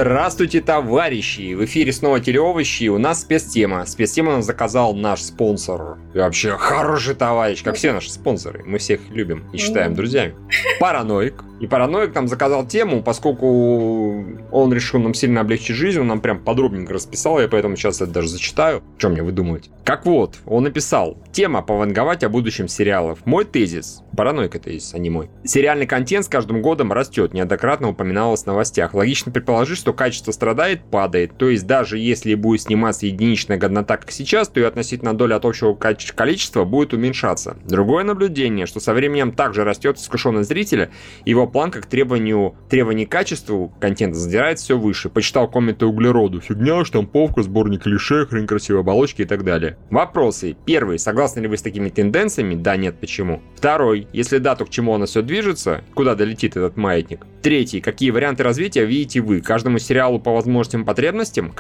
Здравствуйте, товарищи! В эфире снова Телеовощи, у нас спецтема. Спецтему нам заказал наш спонсор. И вообще хороший товарищ, как все наши спонсоры. Мы всех любим и считаем друзьями. Параноик. И Параноик нам заказал тему, поскольку он решил нам сильно облегчить жизнь, он нам прям подробненько расписал, я поэтому сейчас это даже зачитаю. Что мне выдумывать? Как вот, он написал: тема «Пованговать о будущем сериалов». Мой тезис. Параноик это есть, а не мой. Сериальный контент с каждым годом растет, неоднократно упоминалось в новостях. Логично предположить, что качество страдает, падает. То есть даже если будет сниматься единичная годнота, как сейчас, то и относительно доля от общего количества будет уменьшаться. Другое наблюдение, что со временем также растет искушенность зрителя, его планка к требований к качеству контента задирается все выше. Почитал комменты углероду. Фигня, штамповка, сборник клише, хрень красивой оболочки и так далее. Вопросы. Первый. Согласны ли вы с такими тенденциями? Да, нет, почему? Второй. Если да, то к чему оно все движется? Куда долетит этот маятник? Третий. Какие варианты развития видите вы? Каждому сериалу по возможностям потребностям?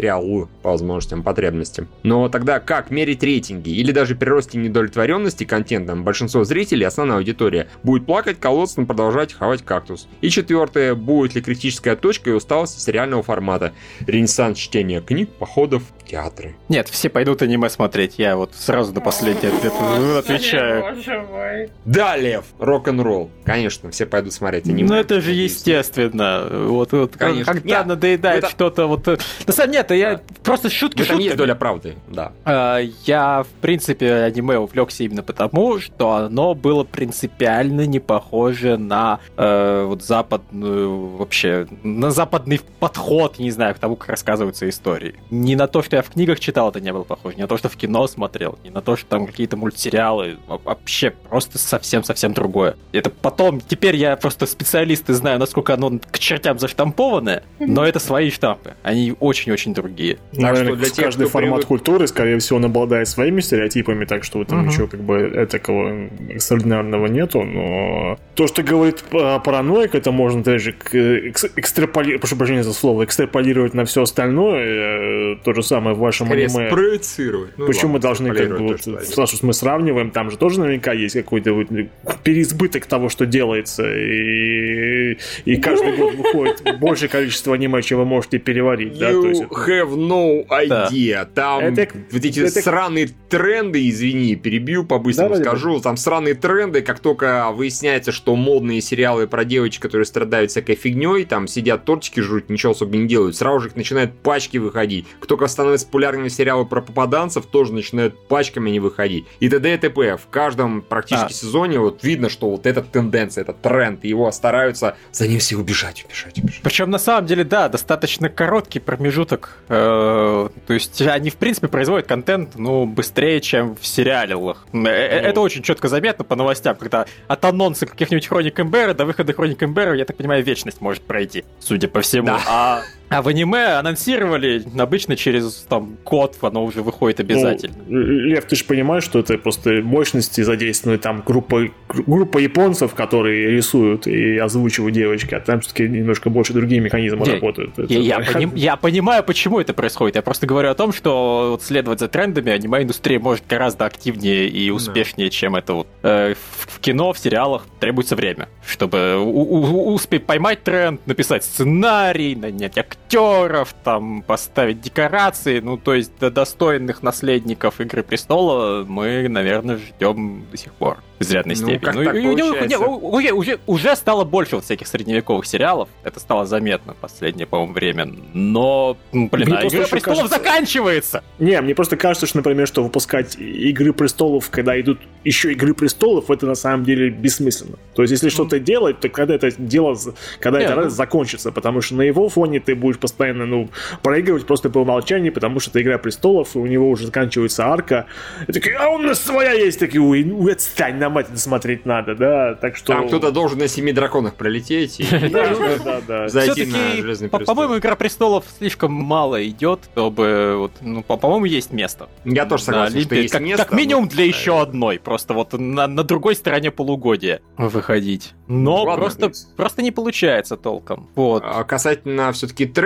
Но тогда как мерить рейтинги? Или даже при росте недовлетворенности контентом большинство зрителей, основная аудитория, будет плакать, колоться, но продолжать хавать кактус? И четвертое. Будет ли критическая точка и усталость сериального формата? Ренессанс чтения книг, походов, театры. Нет, все пойдут аниме смотреть. Я вот сразу на последний ответ отвечаю. Да, Лев, рок-н-ролл. Конечно, все пойдут смотреть аниме. Ну это же естественно. Вот когда надоедает что-то вот. На самом деле, я просто шутки. Там есть доля правды, да. Я, в принципе, аниме увлекся именно потому, что оно было принципиально не похоже на вот западную, вообще, на западный подход, не знаю, к тому, как рассказываются истории. Не на то, что я в книгах читал, это не было похоже, не на то, что в кино смотрел, не на то, что там какие-то мультсериалы, вообще просто совсем-совсем другое. Это потом, теперь я просто специалист и знаю, насколько оно к чертям заштампованное, но это свои штампы, они очень-очень другие. Наверное, для тех, каждый формат культуры, скорее всего, он обладает своими стереотипами, так что там ничего как бы такого экстраординарного нету, но то, что говорит Параноик, это можно даже экстраполировать, прошу прощения за слово, экстраполировать на все остальное, то же самое в вашем аниме. Проецировать. Почему мы должны как бы, Сашу, мы сравниваем, там же тоже наверняка есть какой-то переизбыток того, что делается, и каждый год выходит большее количество аниме, чем вы можете переварить. You have no idea. Там вот эти сраные тренды, извини, перебью, по-быстрому скажу, там сраные тренды, как только выясняется, что модные сериалы про девочек, которые страдают всякой фигней, там сидят тортики жрут, ничего особо не делают, сразу же их начинают пачки выходить. Кто только становятся популярными сериалы про попаданцев, тоже начинают пачками не выходить. И т.д. и т.п. В каждом практически сезоне вот видно, что вот эта тенденция, этот тренд, и его стараются за ним все убежать. Причем на самом деле, да, достаточно короткий промежуток. То есть они, в принципе, производят контент, быстрее, чем в сериалах. Это очень четко заметно по новостям, когда от анонса каких-нибудь Хроник Эмбера до выхода Хроник Эмбера, я так понимаю, вечность может пройти, судя по всему. Да. А в аниме анонсировали обычно через год, оно уже выходит обязательно. Лев, ты же понимаешь, что это просто мощности задействованы, там группа японцев, которые рисуют и озвучивают девочки, а там все-таки немножко больше другие механизмы работают. Я понимаю, почему это происходит. Я просто говорю о том, что следовать за трендами аниме-индустрия может гораздо активнее и успешнее, чем это в кино, в сериалах требуется время, чтобы успеть поймать тренд, написать сценарий, нанять актеров, там, поставить декорации, то есть до достойных наследников «Игры престола» мы, наверное, ждем до сих пор в изрядной степени. Уже стало больше вот всяких средневековых сериалов, это стало заметно в последнее, по-моему, время, но, «Игра престолов» заканчивается! Мне просто кажется, что, например, что выпускать «Игры престолов», когда идут еще «Игры престолов», это на самом деле бессмысленно. То есть, если что-то делать, то когда это дело, это закончится, потому что на его фоне ты будешь постоянно, проигрывать просто по умолчанию, потому что это «Игра престолов», и у него уже заканчивается арка. И такие, а у нас своя есть, такие, отстань, нам это смотреть надо, да, так что... Там кто-то должен на 7 драконах пролететь и зайти на Железный престол. По-моему, «Игра престолов» слишком мало идет, чтобы, по-моему, есть место. Я тоже согласен, что есть место. Как минимум для еще одной, просто на другой стороне полугодия выходить. Но просто не получается толком. Касательно все-таки тренда,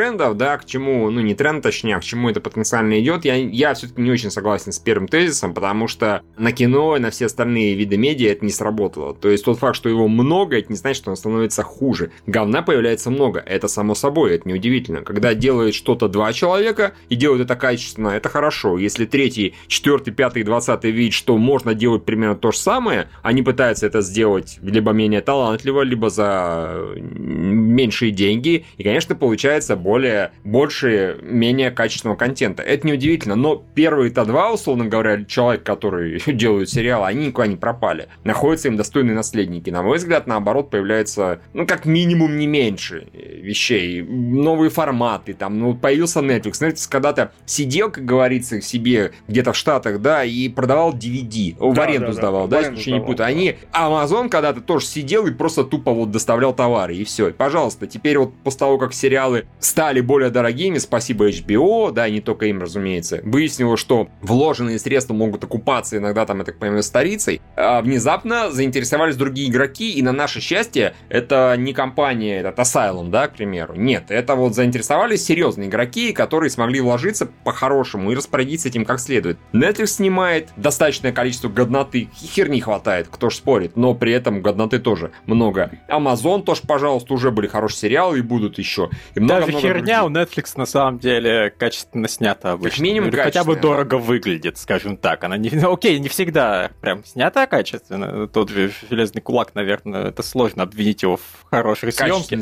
трендов, да, к чему, ну, не тренд, точнее, а к чему это потенциально идет, я все-таки не очень согласен с первым тезисом, потому что на кино и на все остальные виды медиа это не сработало. То есть тот факт, что его много, это не значит, что он становится хуже. Говна появляется много, это само собой, это неудивительно. Когда делает что-то 2 человека и делают это качественно, это хорошо. Если 3, 4, 5, 20 видит, что можно делать примерно то же самое, они пытаются это сделать либо менее талантливо, либо за меньшие деньги, и, конечно, получается больше, менее качественного контента. Это неудивительно, но первые-то 2, условно говоря, человек, которые делают сериалы, они никуда не пропали. Находятся им достойные наследники. На мой взгляд, наоборот, появляется, ну, как минимум, не меньше вещей. Новые форматы, там, ну, появился Netflix. Netflix когда-то сидел, как говорится, себе где-то в Штатах, да, и продавал DVD, в аренду сдавал, да, если ничего не путаю. Amazon когда-то тоже сидел и просто тупо вот доставлял товары, и все. И, пожалуйста, теперь вот после того, как сериалы стали более дорогими, спасибо HBO, да, и не только им, разумеется, выяснилось, что вложенные средства могут окупаться иногда, там, я так понимаю, старицей, внезапно заинтересовались другие игроки, и на наше счастье, это не компания, этот Asylum, да, к примеру, нет, это вот заинтересовались серьезные игроки, которые смогли вложиться по-хорошему и распорядиться этим как следует. Netflix снимает достаточное количество годноты, херни хватает, кто ж спорит, но при этом годноты тоже много. Amazon тоже, пожалуйста, уже были хорошие сериалы и будут еще. И даже херня у Netflix на самом деле качественно снята обычно. Как минимум или хотя бы дорого выглядит, скажем так. Она не, окей, не всегда прям снята качественно. Тот же «Железный кулак», наверное, это сложно обвинить его в хорошей съемке.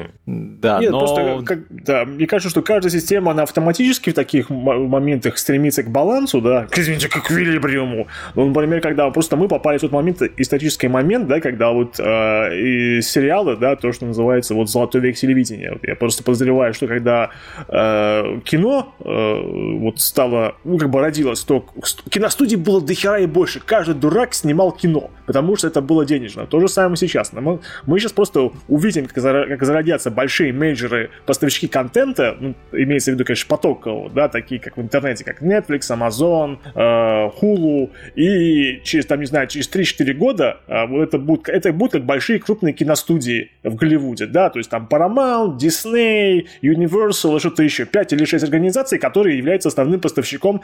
Да, нет, но... просто, мне кажется, что каждая система, она автоматически в таких моментах стремится к балансу, да, к эквилибриуму. Ну, например, когда просто мы попали в тот момент, исторический момент, да, когда вот и сериалы, да, то, что называется вот «Золотой век телевидения». Вот я просто подозреваю, что когда кино вот стало, ну, как бы родилось, то киностудий было дохера и больше. Каждый дурак снимал кино, потому что это было денежно. То же самое сейчас. Мы сейчас просто увидим, как зародятся большие мейджоры, поставщики контента, ну, имеется в виду, конечно, потокового, да, такие, как в интернете, как Netflix, Amazon, Hulu, и через, там, не знаю, через 3-4 года вот это будет как большие крупные киностудии в Голливуде, да, то есть там Paramount, Disney, Universal и что-то еще, 5 или 6 организаций, которые являются основным поставщиком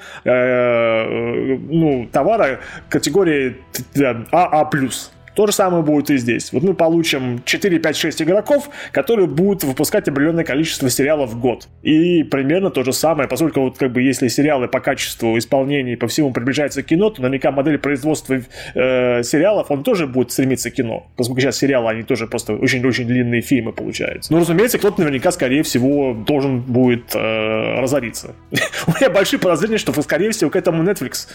товара категории АА+. То же самое будет и здесь. Вот мы получим 4, 5, 6 игроков, которые будут выпускать определенное количество сериалов в год. И примерно то же самое, поскольку вот как бы если сериалы по качеству исполнения и по всему приближаются к кино, то наверняка модель производства сериалов, он тоже будет стремиться к кино. Поскольку сейчас сериалы, они тоже просто очень-очень длинные фильмы получаются. Но, разумеется, кто-то наверняка, скорее всего, должен будет разориться. У меня большие подозрения, что, скорее всего, к этому Netflix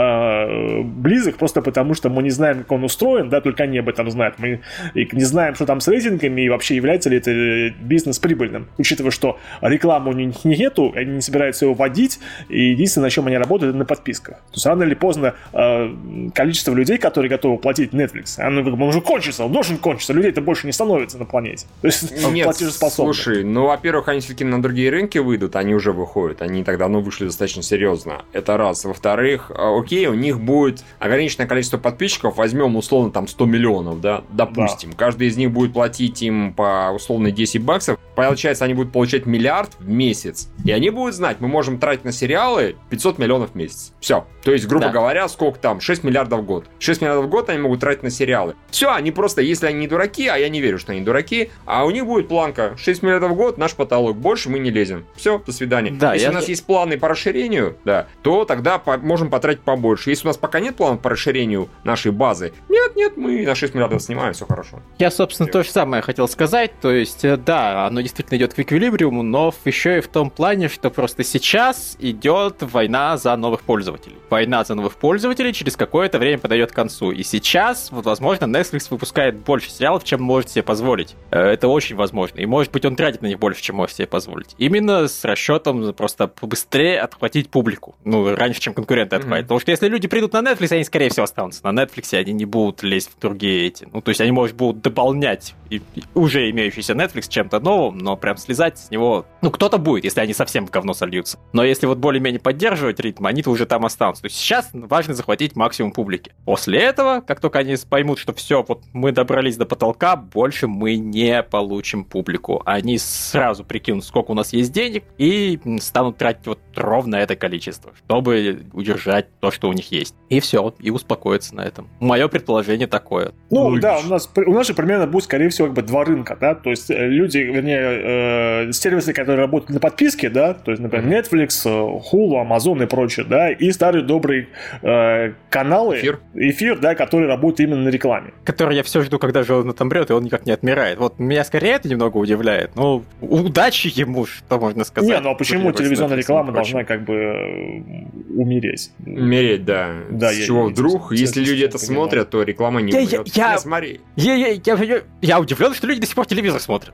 близок, просто потому что мы не знаем, как он устроен, да, только они об этом знают. Мы не знаем, что там с рейтингами и вообще является ли это бизнес прибыльным, учитывая, что рекламы у них нету, они не собираются его вводить, и единственное, на чем они работают, это на подписках. То есть рано или поздно количество людей, которые готовы платить Netflix, он уже кончится, он должен кончиться, людей-то больше не становится на планете. То есть платежеспособны. Слушай, ну, во-первых, они все-таки на другие рынки выйдут, они уже выходят, они так давно вышли достаточно серьезно. Это раз. Во-вторых, окей, у них будет ограниченное количество подписчиков, возьмем условно там 100 миллионов, да, допустим. Да. Каждый из них будет платить им по условно $10. Получается, они будут получать $1 миллиард в месяц. И они будут знать, мы можем тратить на сериалы 500 миллионов в месяц. Все. То есть, грубо говоря, сколько там? 6 миллиардов в год. 6 миллиардов в год они могут тратить на сериалы. Все, они просто, если они не дураки, а я не верю, что они дураки, а у них будет планка 6 миллиардов в год, наш потолок. Больше мы не лезем. Все, до свидания. Да, если у нас есть планы по расширению, да, то тогда можем потратить побольше. Если у нас пока нет планов по расширению нашей базы, нет, мы на 6 миллиардов снимаем, все хорошо. Я, собственно, то же самое хотел сказать. То есть, да, оно действительно идет к эквилибриуму, но еще и в том плане, что просто сейчас идет война за новых пользователей. Война за новых пользователей через какое-то время подойдет к концу. И сейчас, вот, возможно, Netflix выпускает больше сериалов, чем может себе позволить. Это очень возможно. И, может быть, он тратит на них больше, чем может себе позволить. Именно с расчетом просто побыстрее отхватить публику. Ну, раньше, чем конкуренты отхватят. Потому что если люди придут на Netflix, они, скорее всего, останутся на Netflix, они не будут лезть в другие эти. Ну, то есть они, может, будут дополнять уже имеющийся Netflix чем-то новым, говном, но прям слезать с него, кто-то будет, если они совсем в говно сольются. Но если вот более-менее поддерживать ритм, они-то уже там останутся. То есть сейчас важно захватить максимум публики. После этого, как только они поймут, что все, вот мы добрались до потолка, больше мы не получим публику. Они сразу прикинут, сколько у нас есть денег, и станут тратить вот ровно это количество, чтобы удержать то, что у них есть. И все, и успокоиться на этом. Мое предположение такое. Да, у нас же примерно будет, скорее всего, два рынка, да, то есть люди, вернее, сервисы, которые работают на подписке, да, то есть, например, Netflix, Hulu, Amazon и прочее, да, и старые добрые каналы, эфир, да, которые работают именно на рекламе. Который я все жду, когда Джонатан умрет, и он никак не отмирает. Вот меня скорее это немного удивляет. Удачи ему, что можно сказать. Не, а почему телевизионная реклама должна умереть? Умереть, да. С чего вдруг? Если люди это смотрят, то реклама не умрет. Смотри. Я удивлен, что люди до сих пор телевизор смотрят.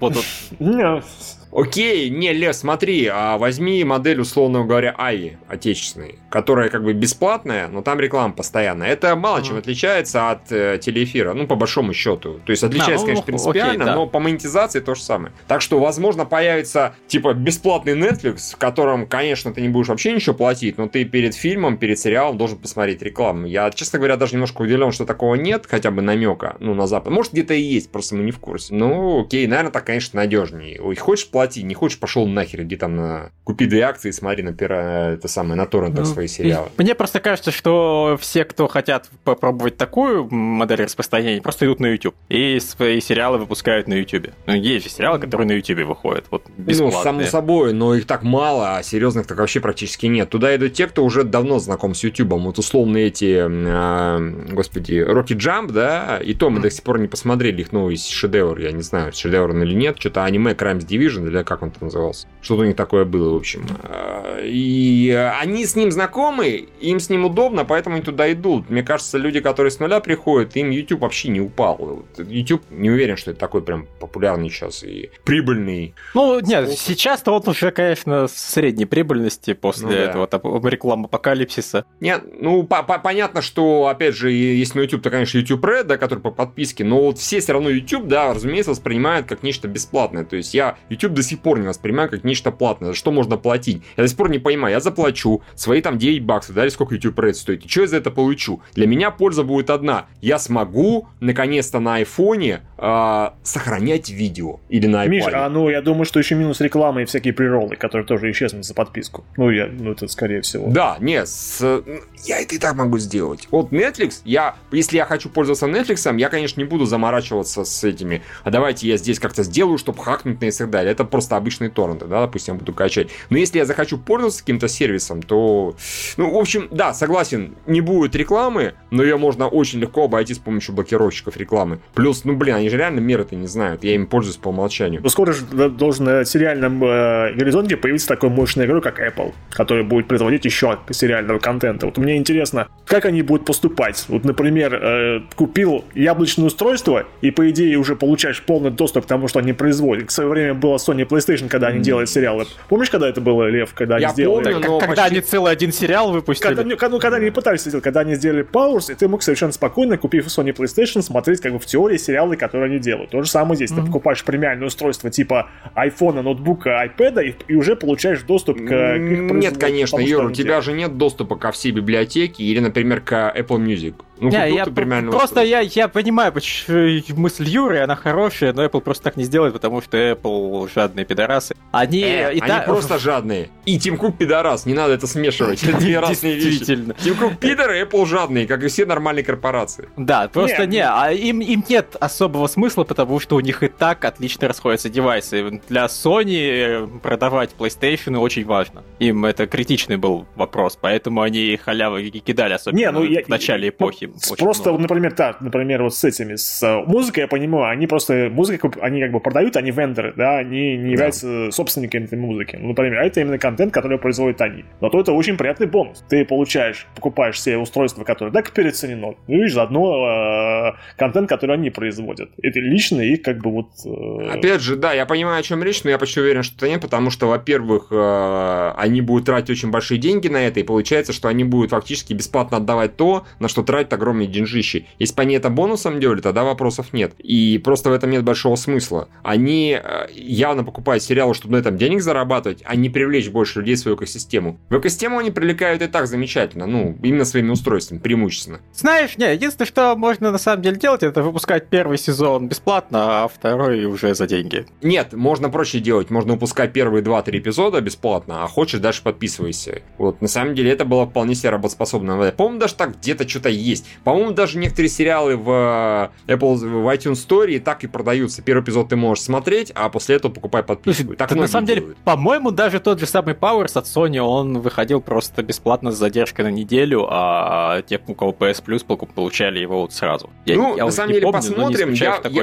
Окей, Лев, смотри, возьми модель, условно говоря, Ави, отечественной, которая бесплатная, но там реклама постоянная. Это мало чем отличается от телеэфира, по большому счету. То есть отличается, конечно, принципиально, но по монетизации то же самое. Так что, возможно, появится, бесплатный Netflix, в котором, конечно, ты не будешь вообще ничего платить, но ты перед фильмом, перед сериалом должен посмотреть рекламу. Я, честно говоря, даже немножко удивлен, что такого нет, хотя бы намека, на Запад. Может, где-то и есть, просто мы не в курсе. Окей, наверное, так, конечно, надежнее. Хочешь платить? Не хочешь, пошел нахер, иди там купи 2 акции и смотри на торрентах свои сериалы. Мне просто кажется, что все, кто хотят попробовать такую модель распространения, просто идут на YouTube и свои сериалы выпускают на YouTube. Есть же сериалы, которые на YouTube выходят, бесплатные. Само собой, но их так мало, а серьезных так вообще практически нет. Туда идут те, кто уже давно знаком с YouTube. Условно эти, Rocky Jump, да, и то мы до сих пор не посмотрели их новый шедевр, я не знаю, шедевр он или нет, что-то аниме Crimes Division, или как он там назывался. Что-то у них такое было, в общем. И они с ним знакомы, им с ним удобно, поэтому они туда идут. Мне кажется, люди, которые с нуля приходят, им YouTube вообще не упал. YouTube не уверен, что это такой прям популярный сейчас и прибыльный. Нет, сейчас-то он уже, конечно, средней прибыльности после этого реклам апокалипсиса. Нет, понятно, что, опять же, если на YouTube, то, конечно, YouTube Red, да, который по подписке, но все все равно YouTube, да, разумеется, воспринимают как нечто бесплатное. То есть я YouTube до сих пор не воспринимаю как нечто платное. За что можно платить? Я до сих пор не понимаю. Я заплачу свои там $9, да, или сколько YouTube Red стоит. И что я за это получу? Для меня польза будет одна. Я смогу, наконец-то, на айфоне сохранять видео. Или на iPad. Миш, я думаю, что еще минус рекламы и всякие прероллы, которые тоже исчезнут за подписку. Это скорее всего. Да, нет, я это и так могу сделать. Netflix, если я хочу пользоваться Netflix, я, конечно, не буду заморачиваться с этими. А давайте я здесь как-то сделаю, чтобы хакнуть и так далее. Это просто обычные торренты, да, допустим, я буду качать. Но если я захочу пользоваться каким-то сервисом, то... в общем, да, согласен, не будет рекламы, но ее можно очень легко обойти с помощью блокировщиков рекламы. Плюс, они же реально меры-то не знают, я им пользуюсь по умолчанию. Скоро же должен на сериальном горизонте появиться такой мощный игрок, как Apple, который будет производить еще сериального контента. Мне интересно, как они будут поступать. Например, купил яблочное устройство, и, по идее, уже получаешь полный доступ к тому, что они производят. В свое время было Sony PlayStation, когда они делали сериалы. Помнишь, когда это было, Лев, когда они сделали? Помню, когда они целый один сериал выпустили. Когда они пытались сделать, когда они сделали Powers, и ты мог совершенно спокойно, купив Sony PlayStation, смотреть в теории сериалы, которые они делают. То же самое здесь. Ты покупаешь премиальное устройство типа iPhone, ноутбука, iPad, и уже получаешь доступ к их производству. Нет, конечно, Юр, у тебя же нет доступа ко всей библиотеке или, например, к Apple Music. Я понимаю мысль Юры, она хорошая, но Apple просто так не сделает, потому что Apple жадные пидорасы. Они просто жадные. И Тим Кук пидорас, не надо это смешивать. Это две разные вещи. Тим Кук пидор, и Apple жадные, как и все нормальные корпорации. Да, просто им нет особого смысла, потому что у них и так отлично расходятся девайсы. Для Sony продавать PlayStation очень важно. Им это критичный был вопрос, поэтому они халявы кидали, особенно в начале эпохи. Просто, например, с этими, с музыкой, я понимаю, они просто музыку, они продают, они вендоры, да, они не являются собственниками этой музыки. Например, это именно контент, который производят они. Но то это очень приятный бонус. Ты покупаешь себе устройство, которое переоценено, и заодно контент, который они производят. Это лично их Опять же, да, я понимаю, о чем речь, но я почти уверен, что это нет, потому что, во-первых, они будут тратить очень большие деньги на это, и получается, что они будут фактически бесплатно отдавать то, на что тратят огромные деньжищи. Если бы они это бонусом делали, тогда вопросов нет. И просто в этом нет большого смысла. Они явно покупают сериалы, чтобы на этом денег зарабатывать, а не привлечь больше людей в свою экосистему. В экосистему они привлекают и так замечательно, именно своими устройствами, преимущественно. Знаешь, единственное, что можно на самом деле делать, это выпускать первый сезон бесплатно, а второй уже за деньги. Нет, можно проще делать. Можно выпускать первые 2-3 эпизода бесплатно, а хочешь, дальше подписывайся. Вот, на самом деле, это было вполне себе работоспособно. По-моему, даже так где-то что-то есть. По-моему, даже некоторые сериалы в Apple, в iTunes Store и так и продаются. Первый эпизод ты можешь смотреть, а после этого покупай подписку. Так на самом деле, по-моему, даже тот же самый Powers от Sony, он выходил просто бесплатно с задержкой на неделю, а те, у кого PS Plus, получали его вот сразу. На самом деле, посмотрим.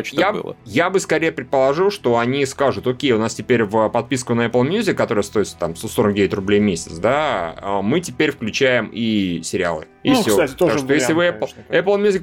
Я бы скорее предположил, что они скажут: окей, у нас теперь в подписку на Apple Music, которая стоит там 149 рублей в месяц, да, мы теперь включаем и сериалы. И все. Кстати, тоже так что если вы Apple Music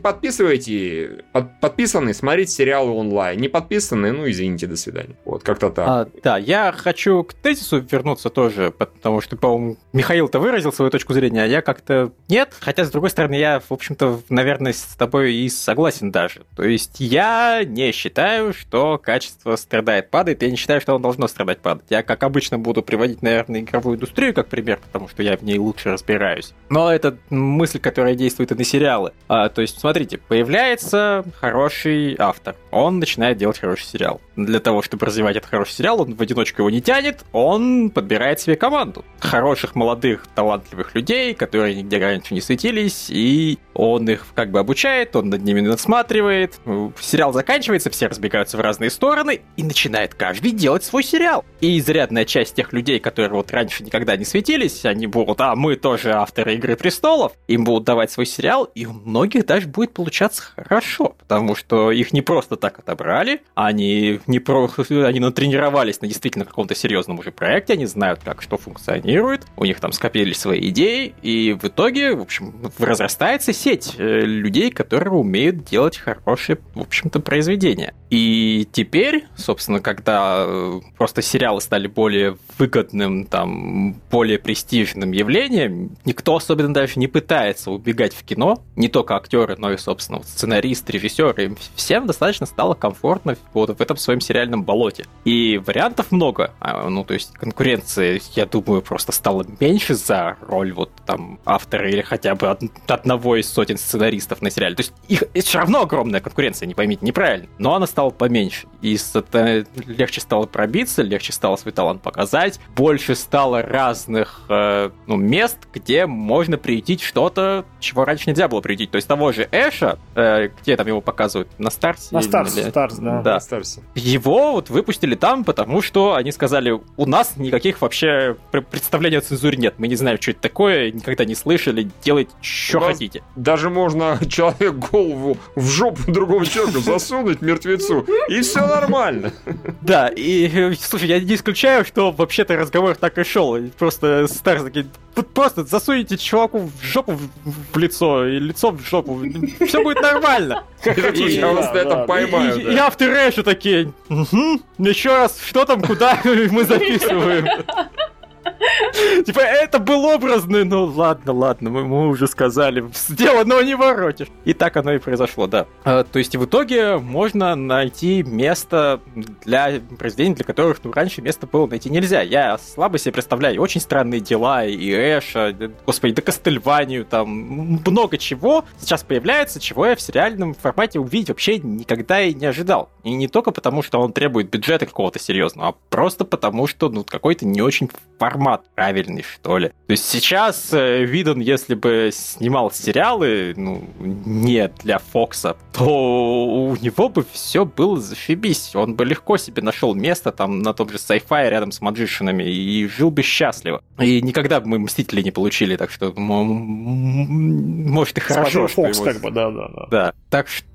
подписаны, смотрите сериалы онлайн. Не подписаны, извините, до свидания. Вот, как-то так. Да, я хочу к тезису вернуться тоже, потому что, по-моему, Михаил-то выразил свою точку зрения, а я как-то нет. Хотя, с другой стороны, я, в общем-то, наверное, с тобой и согласен даже. То есть я не считаю, что качество страдает, падает. Я не считаю, что оно должно страдать, падать. Я, как обычно, буду приводить, наверное, игровую индустрию как пример, потому что я в ней лучше разбираюсь. Но это мысль, которая действует и на сериалы. То есть, смотрите, появляется хороший автор. Он начинает делать хороший сериал. Для того, чтобы развивать этот хороший сериал, он в одиночку его не тянет, он подбирает себе команду. Хороших, молодых, талантливых людей, которые нигде раньше не светились, и он их как бы обучает, он над ними надсматривает. Сериал заканчивается, все разбегаются в разные стороны, и начинает каждый делать свой сериал. И изрядная часть тех людей, которые вот раньше никогда не светились, они будут: мы тоже авторы «Игры престолов», им будут давать свой сериал, и у многих даже будет получаться хорошо, потому что их не просто так отобрали, они натренировались на действительно каком-то серьезном уже проекте, они знают, как что функционирует, у них там скопились свои идеи, и в итоге, в общем, разрастается сеть людей, которые умеют делать хорошие, в общем-то, произведения. И теперь, собственно, когда просто сериалы стали более выгодным, там, более престижным явлением, никто особенно даже не пытается убегать в кино, не только актеры, но и, собственно, сценаристы, режиссеры, им всем достаточно стало комфортно вот в этом своем сериальном болоте. И вариантов много, то есть конкуренции, я думаю, просто стало меньше за роль вот там автора или хотя бы одного из сотен сценаристов на сериале. То есть их все равно огромная конкуренция, не поймите неправильно, но она стала поменьше. И легче стало пробиться, легче стало свой талант показать, больше стало разных мест, где можно приютить что-то, чего раньше нельзя было приютить. То есть того же Эша, где там его показывают? На Старсе? На Старсе, да. На Старсе. Его вот выпустили там, потому что они сказали: у нас никаких вообще представлений о цензуре нет, мы не знаем, что это такое, никогда не слышали, делайте, что хотите. Даже можно человек голову в жопу другого человека засунуть, мертвецу, и все нормально. Да, и, слушай, я не исключаю, что вообще-то разговор так и шел. Просто Старс такие: просто засунете чуваку в жопу в лицо, и лицо в жопу, все будет нормально. Я вас на этом поймаю. И авторы Эша такие: еще раз, что там, куда мы записываем? Типа, это был образный, ладно, мы уже сказали, сделано, не воротишь. И так оно и произошло, да. То есть в итоге можно найти место для произведений, для которых раньше места было найти нельзя. Я слабо себе представляю очень странные дела, и Эша, господи, да Кастельванию, там много чего сейчас появляется, чего я в сериальном формате увидеть вообще никогда и не ожидал. И не только потому, что он требует бюджета какого-то серьезного, а просто потому, что какой-то не очень формат правильный, что ли. То есть сейчас Видон, если бы снимал сериалы, не для Фокса, то у него бы все было зашибись. Он бы легко себе нашел место там на том же Sci-Fi рядом с Маджишинами и жил бы счастливо. И никогда бы мы Мстителей не получили, так что может и хорошо, Фокс, что как бы, да. Да. Так что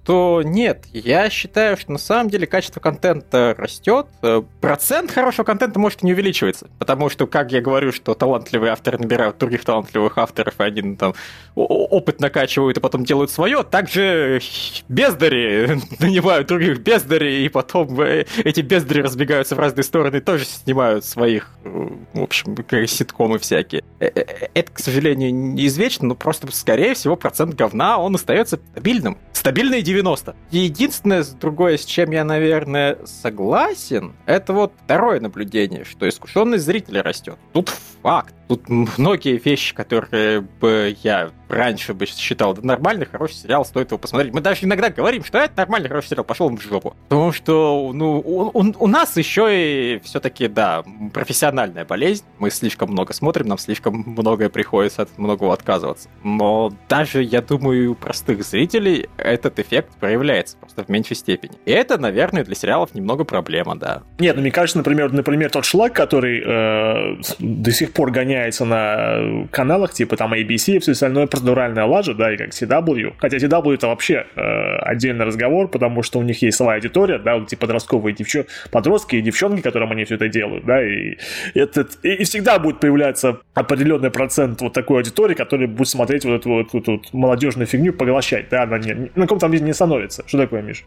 что нет. Я считаю, что на самом деле качество контента растет. Процент хорошего контента может и не увеличиваться. Потому что, как я говорю, что талантливые авторы набирают других талантливых авторов, и они там опыт накачивают и потом делают свое, также бездари нанимают других бездарей, и потом эти бездари разбегаются в разные стороны и тоже снимают своих, в общем, ситкомы всякие. Это, к сожалению, неизвечно, но просто, скорее всего, процент говна, он остается стабильным. Стабильные 90. Единственное, другое, с чем я, наверное, согласен, это вот второе наблюдение, что искушенность зрителя растет. Тут факт. Тут многие вещи, которые бы я раньше бы считал нормальный, хороший сериал, стоит его посмотреть. Мы даже иногда говорим, что это нормальный, хороший сериал, пошел он в жопу. Потому что, у нас еще и все-таки, да, профессиональная болезнь. Мы слишком много смотрим, нам слишком многое приходится от многого отказываться. Но даже, я думаю, у простых зрителей этот эффект проявляется просто в меньшей степени. И это, наверное, для сериалов немного проблема, да. Нет, мне кажется, например, тот шлак, который до сих пор гоняется на каналах, типа там ABC и все остальное, процедуральная лажа, да, и как CW. Хотя CW это вообще отдельный разговор, потому что у них есть своя аудитория, да, вот эти подростковые подростки и девчонки, которым они все это делают, да, и всегда будет появляться определенный процент вот такой аудитории, который будет смотреть вот эту вот молодежную фигню, поглощать, да, она на каком-то месте не становится. Что такое, Миш?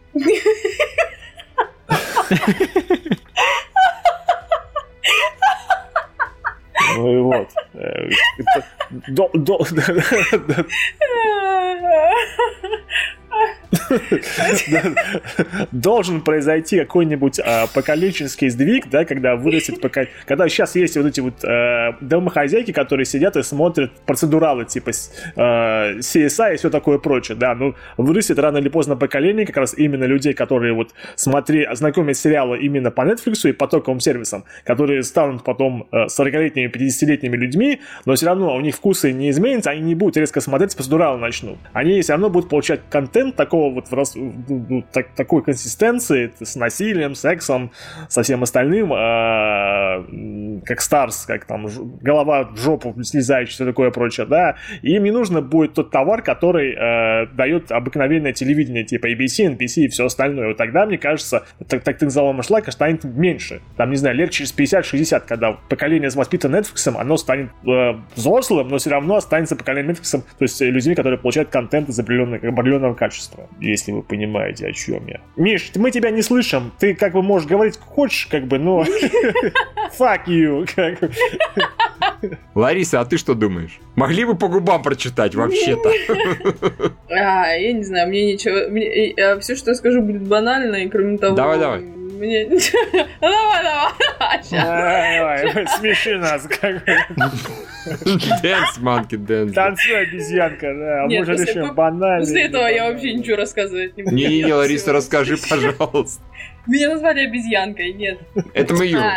Ну и вот. Должен произойти какой-нибудь поколенческий сдвиг, да, когда вырастет когда сейчас есть вот эти вот домохозяйки, которые сидят и смотрят процедуралы типа CSI и все такое прочее, да, ну вырастет рано или поздно поколение как раз именно людей, которые вот ознакомят сериалы именно по Netflix и потоковым сервисам, которые станут потом 40-летними, 50-летними людьми, но все равно у них вкусы не изменятся, они не будут резко смотреть, с процедурала начнут. Они все равно будут получать контент такого вот такой консистенции с насилием, сексом, со всем остальным, как Старс, как там голова в жопу слезающая, все такое прочее, да, и им не нужно будет тот товар, который дает обыкновенное телевидение, типа ABC, NBC и все остальное. Вот тогда, мне кажется, так называемый шлак станет меньше. Там, не знаю, лет через 50-60, когда поколение воспитано Netflix, оно станет взрослым, но все равно останется поколением Netflix, то есть людьми, которые получают контент из определенного качества, если вы понимаете, о чем я. Миш, мы тебя не слышим, ты как бы можешь говорить хочешь, как бы, но fuck you. Лариса, а ты что думаешь? Могли бы по губам прочитать вообще-то? Я не знаю, мне ничего... Все, что я скажу, будет банально, и кроме того... Давай. Мне... Давай, смеши нас, как бы. Dance, monkey, dance. Танцуй, обезьянка, да. А может решим банально. После этого я вообще ничего рассказывать не буду. Не-не-не, Лариса, расскажи, пожалуйста. Меня назвали обезьянкой, нет. Это мы Юру.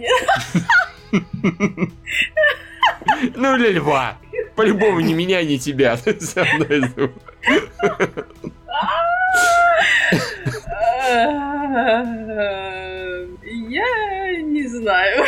Ну, или льва. По-любому не меня, не тебя. Со мной зовут. Я не знаю.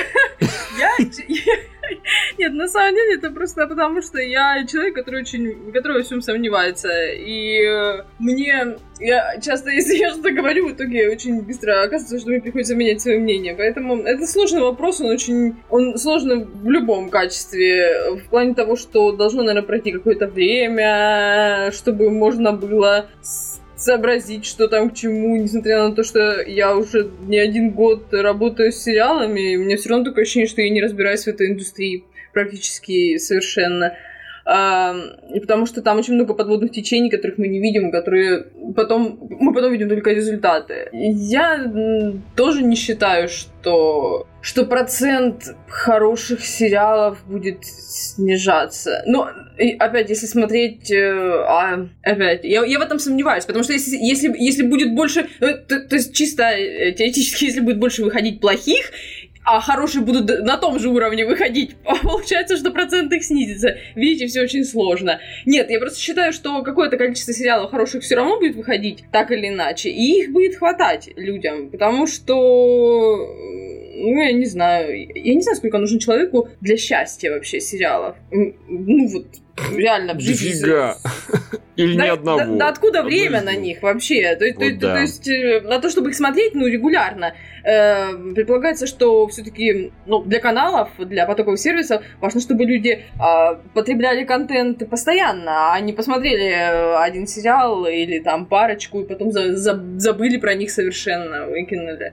Нет, на самом деле это просто потому, что я человек, который во всем сомневается. И я часто, если я что-то говорю, в итоге очень быстро оказывается, что мне приходится менять свое мнение. Поэтому это сложный вопрос, он сложный в любом качестве. В плане того, что должно, наверное, пройти какое-то время, чтобы можно было сообразить, что там к чему, несмотря на то, что я уже не один год работаю с сериалами, у меня все равно такое ощущение, что я не разбираюсь в этой индустрии практически совершенно. И потому что там очень много подводных течений, которых мы не видим, которые мы потом видим только результаты. Я тоже не считаю, что процент хороших сериалов будет снижаться. Но, опять, если смотреть... я в этом сомневаюсь, потому что если будет больше... То есть чисто теоретически, если будет больше выходить плохих, а хорошие будут на том же уровне выходить, получается, что процент их снизится. Видите, все очень сложно. Нет, я просто считаю, что какое-то количество сериалов хороших все равно будет выходить, так или иначе, и их будет хватать людям, потому что... я не знаю, сколько нужно человеку для счастья вообще сериалов. реально в жизни. Дофига. Или ни одного. Да откуда время на них вообще? То есть на то, чтобы их смотреть, регулярно. Предполагается, что все-таки для каналов, для потоковых сервисов важно, чтобы люди потребляли контент постоянно, а не посмотрели один сериал или там парочку, и потом забыли про них совершенно, выкинули.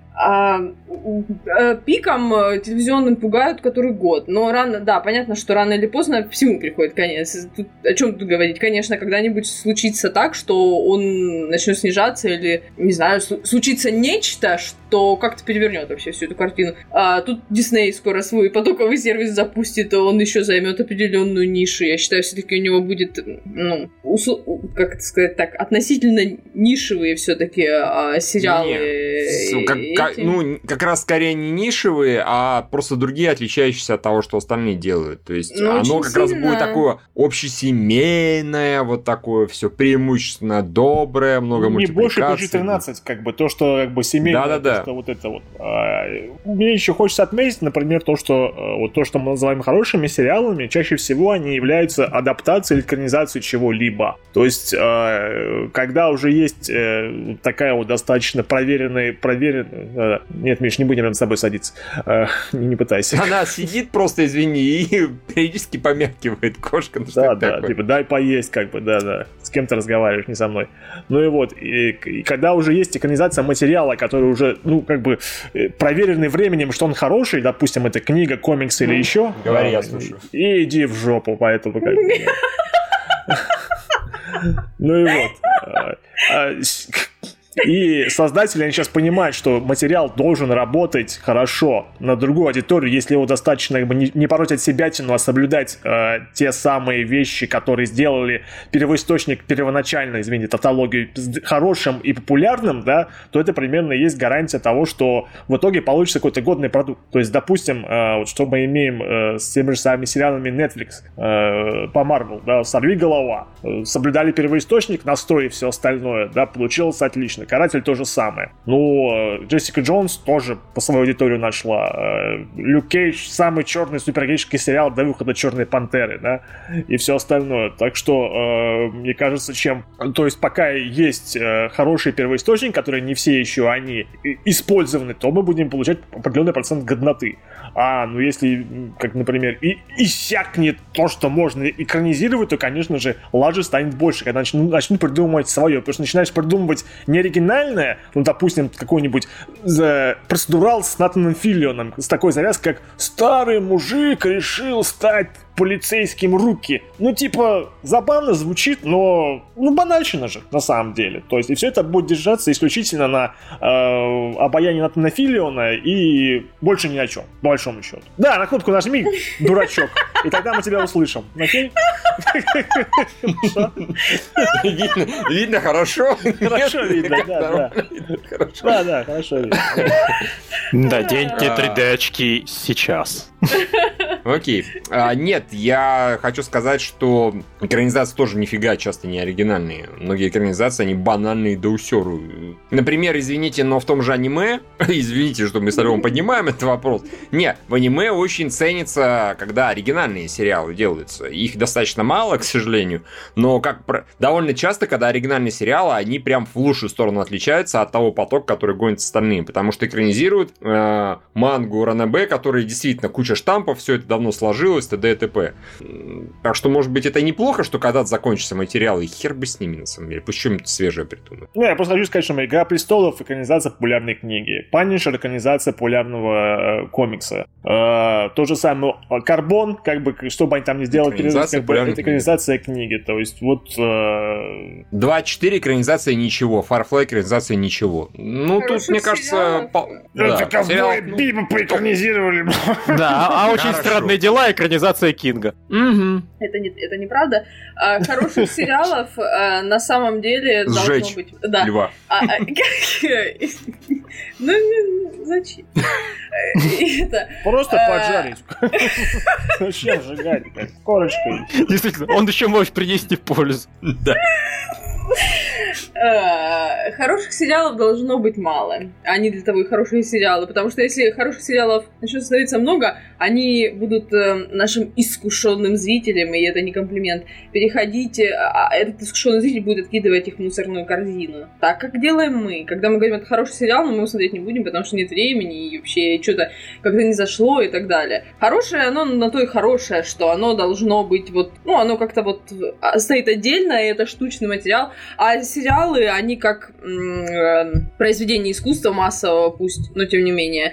Пиком телевизионным пугают который год. Но понятно, что рано или поздно всему приходит конец. Тут, о чем тут говорить? Конечно, когда-нибудь случится так, что он начнет снижаться, или, не знаю, случится нечто, что как-то перевернет вообще всю эту картину. Тут Дисней скоро свой потоковый сервис запустит, он еще займет определенную нишу. Я считаю, все-таки у него будет, как это сказать так, относительно нишевые все-таки сериалы. Как раз скорее не нишевые, а просто другие, отличающиеся от того, что остальные делают. То есть оно как раз будет такое общесемейное, вот такое все преимущественно доброе, много мультипликаций. Не больше PG-13, как бы то, что как бы семейное, да. что вот это вот. Мне еще хочется отметить, например, то, что мы называем хорошими сериалами, чаще всего они являются адаптацией или экранизацией чего-либо. То есть, когда уже есть такая вот достаточно проверенная... Нет, Миш, не будем рядом с тобой садиться. Не пытайся. Она сидит просто, извини, и периодически помякивает кошка. Да, типа, дай поесть, как бы, да. С кем ты разговариваешь, не со мной. Ну и вот, и когда уже есть экранизация материала, который уже, как бы, проверенный временем, что он хороший, допустим, это книга, комикс или еще. Говори, я слушаю. И иди в жопу, поэтому как бы... Ну и вот. И создатели, они сейчас понимают, что материал должен работать хорошо на другую аудиторию, если его достаточно не пороть себятину, а соблюдать те самые вещи, которые сделали первоисточник первоначально, тавтологию, хорошим и популярным, да, то это примерно и есть гарантия того, что в итоге получится какой-то годный продукт. То есть, допустим, вот что мы имеем с теми же самыми сериалами Netflix по Marvel, да, «Сорвиголова», соблюдали первоисточник, настрой и все остальное, да, получилось отлично. «Каратель» то же самое. Джессика Джонс тоже по своей аудиторию нашла. Люк Кейдж — самый черный супергеройский сериал до выхода «Черной пантеры», да, и все остальное. Так что, мне кажется, то есть пока есть хороший первоисточник, которые не все еще они использованы, то мы будем получать определенный процент годноты. Если, как, например, иссякнет то, что можно экранизировать, то, конечно же, лажи станет больше, когда начнут придумывать свое. Потому что начинаешь придумывать не оригинальное, допустим, какой-нибудь процедурал с Натаном Филлионом, с такой завязкой, как «Старый мужик решил стать полицейским руки». Забавно звучит, но банальщина же, на самом деле. То есть, и все это будет держаться исключительно на обаянии Натана Филлиона и больше ни о чем, по большому счету. Да, на кнопку нажми, дурачок, и тогда мы тебя услышим. Окей? Видно хорошо? Хорошо видно, да. Да, хорошо видно. Наденьте 3D-очки сейчас. Окей. Нет, я хочу сказать, что экранизации тоже нифига часто не оригинальные. Многие экранизации, они банальные до усеру. Например, извините, но в том же аниме, извините, что мы с Львом поднимаем этот вопрос, в аниме очень ценится, когда оригинальные сериалы делаются. Их достаточно мало, к сожалению, но довольно часто, когда оригинальные сериалы, они прям в лучшую сторону отличаются от того потока, который гонит остальные, потому что экранизируют мангу Ранобэ, который действительно куча штампов, все это давно сложилось, т.д. и т.п. Так что, может быть, это неплохо, что когда-то закончится материал, и хер бы с ними, на самом деле. Пусть что-нибудь свежее придумают. Я просто хочу сказать, что «Игра престолов» — экранизация популярной книги. «Панишер» — экранизация популярного комикса. То же самое «Карбон», как бы, что бы они там ни сделали, это экранизация книги. То есть, вот... 2.4 экранизация ничего, Firefly экранизация ничего. Тут, мне кажется... Это ковбои Бибопа поэкранизировали. Да, а очень странные дела, экранизация Кинга. Это неправда. Хороших сериалов на самом деле должно быть... Льва. Зачем? Просто поджарить. Зачем сжигать? Корочкой. Действительно, он еще может принести пользу. Да. Хороших сериалов должно быть мало. Они для того и хорошие сериалы. Потому что если хороших сериалов начнет становиться много, они будут нашим искушенным зрителям, и это не комплимент, переходить, этот искушенный зритель будет откидывать их в мусорную корзину. Так, как делаем мы. Когда мы говорим, это хороший сериал, но мы его смотреть не будем, потому что нет времени, и вообще что-то как-то не зашло и так далее. Хорошее, оно на то и хорошее, что оно должно быть вот, ну, оно как-то вот стоит отдельно, и это штучный материал. А сериалы, они как произведение искусства массового, пусть, но тем не менее,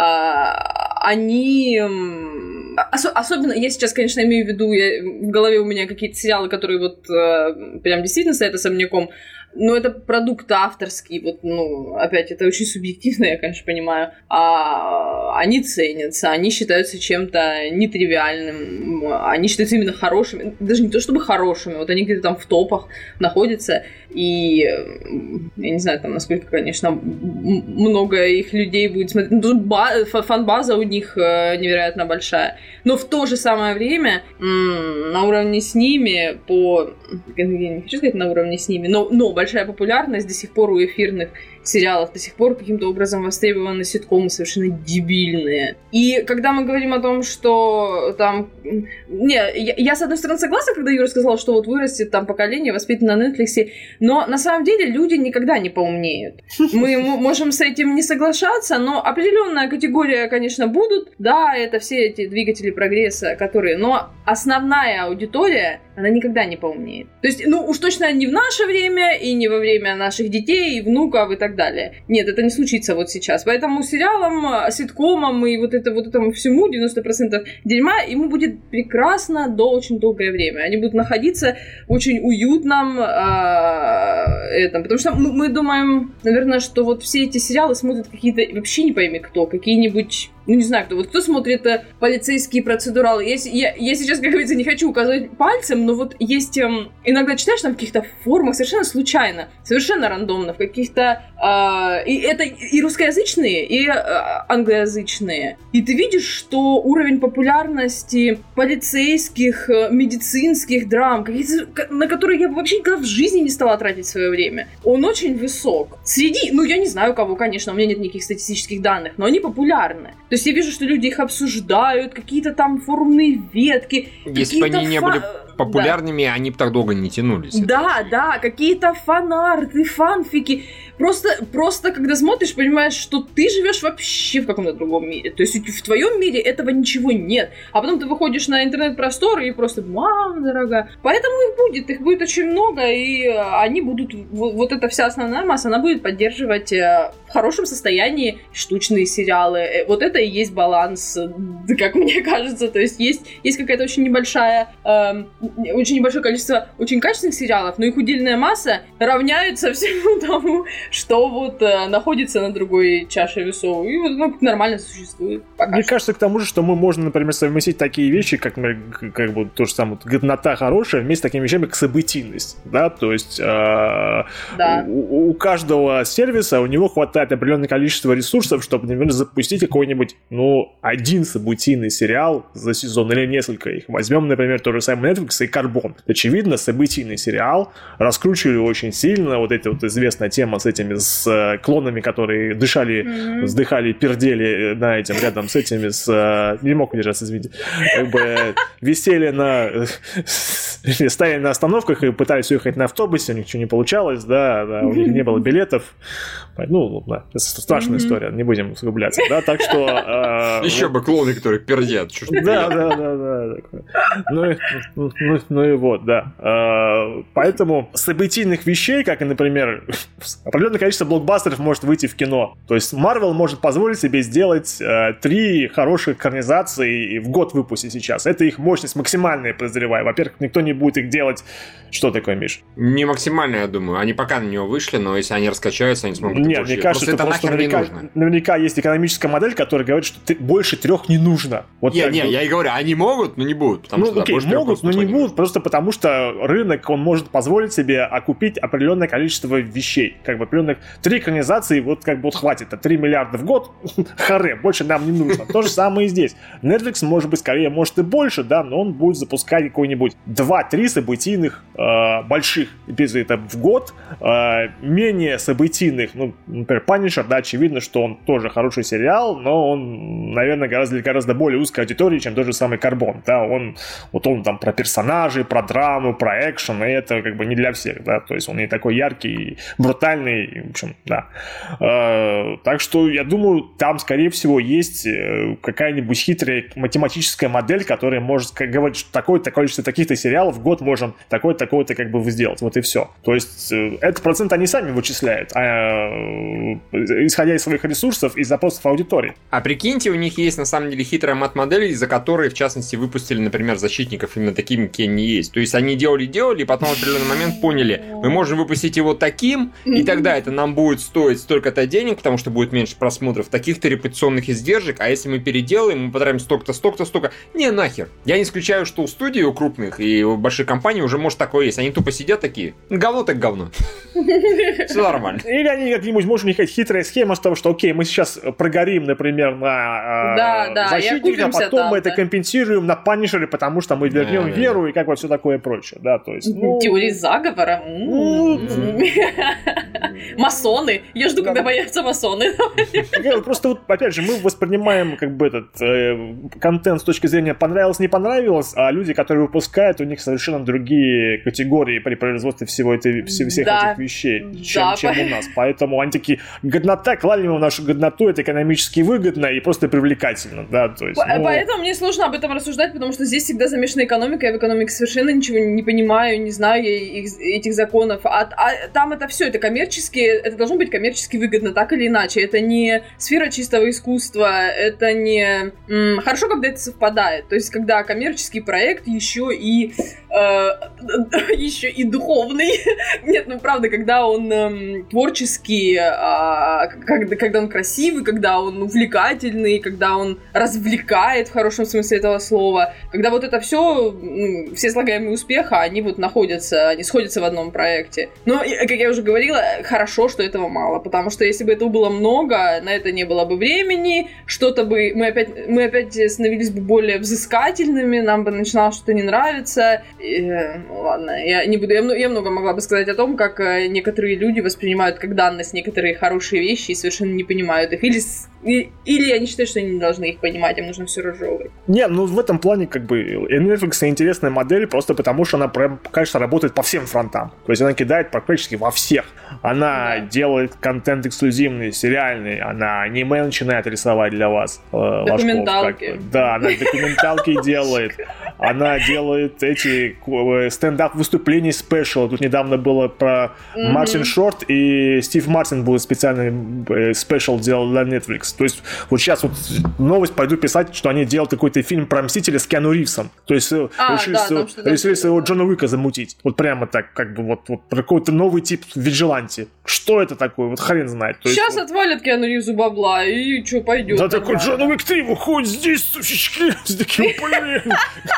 они... Особенно, я сейчас, конечно, имею в виду, в голове у меня какие-то сериалы, которые вот прям действительно стоят особняком, но это продукт авторский, вот, ну, опять, это очень субъективно, я, конечно, понимаю. Они ценятся, они считаются чем-то нетривиальным, они считаются именно хорошими, даже не то чтобы хорошими, вот они где-то там в топах находятся, и я не знаю, там, насколько, конечно, много их людей будет смотреть, ну, фан-база у них невероятно большая, но в то же самое время на уровне с ними, я не хочу сказать на уровне с ними, но большая популярность до сих пор у эфирных сериалов, до сих пор каким-то образом востребованы ситкомы совершенно дебильные. И когда мы говорим о том, что там... Я с одной стороны согласна, когда Юра сказал, что вот вырастет там поколение, воспитано на Netflix, но на самом деле люди никогда не поумнеют. Мы можем с этим не соглашаться, но определенная категория, конечно, будут. Да, это все эти двигатели прогресса, которые... Но основная аудитория, она никогда не поумнеет. То есть, ну, уж точно не в наше время, и не во время наших детей, и внуков, и так далее. Нет, это не случится вот сейчас. Поэтому сериалам, ситкомам и вот этому всему 90% дерьма ему будет прекрасно до очень долгое время. Они будут находиться в очень уютном этом. Потому что мы думаем, наверное, что вот все эти сериалы смотрят какие-то, вообще не пойми кто, какие-нибудь... Ну, не знаю, кто смотрит полицейские процедуралы. Я сейчас, как говорится, не хочу указывать пальцем, но вот есть... иногда читаешь там в каких-то форумах совершенно случайно, совершенно рандомно, в каких-то... и это и русскоязычные, и англоязычные. И ты видишь, что уровень популярности полицейских, медицинских драм, на которые я бы вообще никогда в жизни не стала тратить свое время, он очень высок. Среди... Ну, я не знаю кого, конечно, у меня нет никаких статистических данных, но они популярны. То есть я вижу, что люди их обсуждают, какие-то там форумные ветки. Если бы они не были популярными, да, они бы так долго не тянулись. Да, какие-то фанарты, фанфики. Просто когда смотришь, понимаешь, что ты живешь вообще в каком-то другом мире. То есть в твоем мире этого ничего нет. А потом ты выходишь на интернет-простор и просто, мама дорогая. Поэтому их будет очень много, и они будут, вот эта вся основная масса, она будет поддерживать в хорошем состоянии штучные сериалы. Вот это и есть баланс, как мне кажется. То есть есть какая-то очень небольшое количество очень качественных сериалов, но их удельная масса равняется всему тому, что вот находится на другой чаше весов. И вот оно нормально существует. Мне кажется, к тому же, что мы можем, например, совместить такие вещи, как бы то же самое, годнота хорошая, вместе с такими вещами, как событийность. Да? То есть у каждого сервиса у него хватает определенное количество ресурсов, чтобы, например, запустить какой-нибудь, один событийный сериал за сезон или несколько их. Возьмем, например, то же самое Netflix и Карбон. Очевидно, событийный сериал раскручивали очень сильно. Вот эта вот известная тема с этими клонами, которые дышали, вздыхали, пердели рядом с этими, не мог удержаться, извините, висели стояли на остановках и пытались уехать на автобусе, у них ничего не получалось, у них не было билетов. Это страшная история, не будем углубляться, да, так что... Еще бы клоны, которые пердят. Да. Ну и вот, да. Поэтому событийных вещей, как, например, определенное количество блокбастеров может выйти в кино. То есть Marvel может позволить себе сделать 3 хороших экранизации в год выпустить сейчас. Это их мощность максимальная, подозреваю. Во-первых, никто не будет их делать. Что такое, Миш? Не максимальная, я думаю. Они пока на него вышли, но если они раскачаются, они смогут... Нет, мне кажется, что просто наверняка есть экономическая модель, которая говорит, что больше 3 не нужно. Я и говорю, они могут, но не будут. Могут, но не будут, просто потому что рынок, он может позволить себе окупить определенное количество вещей. Определенных 3 экранизации, хватит. 3 миллиарда в год, харе, больше нам не нужно. То же самое и здесь. Netflix, может быть, скорее, может и больше, да, но он будет запускать какой-нибудь 2 2-3 событийных больших эпизода в год, менее событийных, ну, например, Punisher, да, очевидно, что он тоже хороший сериал, но он, наверное, гораздо более узкой аудитории, чем тот же самый Карбон, да, он там про персонажей, про драму, про экшен, и это как бы не для всех, да, то есть он не такой яркий, брутальный, в общем, да. Так что, я думаю, там, скорее всего, есть какая-нибудь хитрая математическая модель, которая может говорить, что такое-то количество таких-то сериалов в год можем такое-то как бы сделать, вот и все. То есть этот процент они сами вычисляют, исходя из своих ресурсов и запросов аудитории. А прикиньте, у них есть на самом деле хитрая мат-модель, из-за которой, в частности, выпустили, например, защитников именно такими, какие они есть. То есть они делали, и потом в определенный момент поняли, мы можем выпустить его таким, и тогда это нам будет стоить столько-то денег, потому что будет меньше просмотров, таких-то репутационных издержек, а если мы переделаем, мы потратим столько-то, не, нахер. Я не исключаю, что у студий, у крупных и у больших компаний уже может такое есть. Они тупо сидят такие, говно так говно. Все нормально. Или они как-нибудь, может, у них какая-то хитрая схема с того, что, окей, мы сейчас прогорим, например, на защитника, а потом мы это компенсируем на Punisher, потому что мы вернем веру и как бы все такое прочее, да, то есть... Теории заговора. Масоны. Я жду, когда появятся масоны. Просто вот, опять же, мы воспринимаем как бы этот контент с точки зрения понравилось, не понравилось, а люди, которые выпускают, у них совершенно другие категории при производстве всех этих вещей, чем у нас. Поэтому они такие, годнота, клали в нашу годноту, это экономически выгодно и просто привлекательно, да, то есть... Поэтому мне сложно об этом рассуждать, потому что здесь всегда замешана экономика, я в экономике совершенно ничего не понимаю, не знаю этих законов, а там это все, это должно быть коммерчески выгодно, так или иначе, это не сфера чистого искусства, это не... Хорошо, когда это совпадает, то есть когда коммерческий проект еще и духовный. Нет, ну правда, когда он творческий, когда он красивый, когда он увлекательный, когда он развлекает в хорошем смысле этого слова, когда вот это все слагаемые успеха, они вот они сходятся в одном проекте. Но, как я уже говорила, хорошо, что этого мало, потому что если бы этого было много, на это не было бы времени, мы опять становились бы более взыскательными, нам бы начинало что-то не нравиться. Ладно, я не буду. Я много могла бы сказать о том, как некоторые люди воспринимают как данность некоторые хорошие вещи и совершенно не понимают их. Или они считают, что они не должны их понимать, им нужно все разжевывать. Не, ну в этом плане как бы Netflix интересная модель просто потому, что она, конечно, работает по всем фронтам. То есть она кидает практически во всех. Она делает контент эксклюзивный, сериальный, она аниме начинает рисовать для вас. Документалки. Да, она документалки делает. Она делает эти стендап-выступления спешл. Тут недавно было про Мартин Шорт, и Стив Мартин был специальный спешл делал для Netflix. То есть вот сейчас вот новость пойду писать, что они делают какой-то фильм про Мстителя с Киану Ривзом. То есть решили своего Джона Уика замутить. Вот прямо так, как бы вот какой-то новый тип виджиланти. Что это такое? Вот хрен знает. Сейчас отвалят Киану Ривзу бабла, и что, пойдет. Да такой Джон Уик 3 выходит здесь, сучечки. С таким, блин.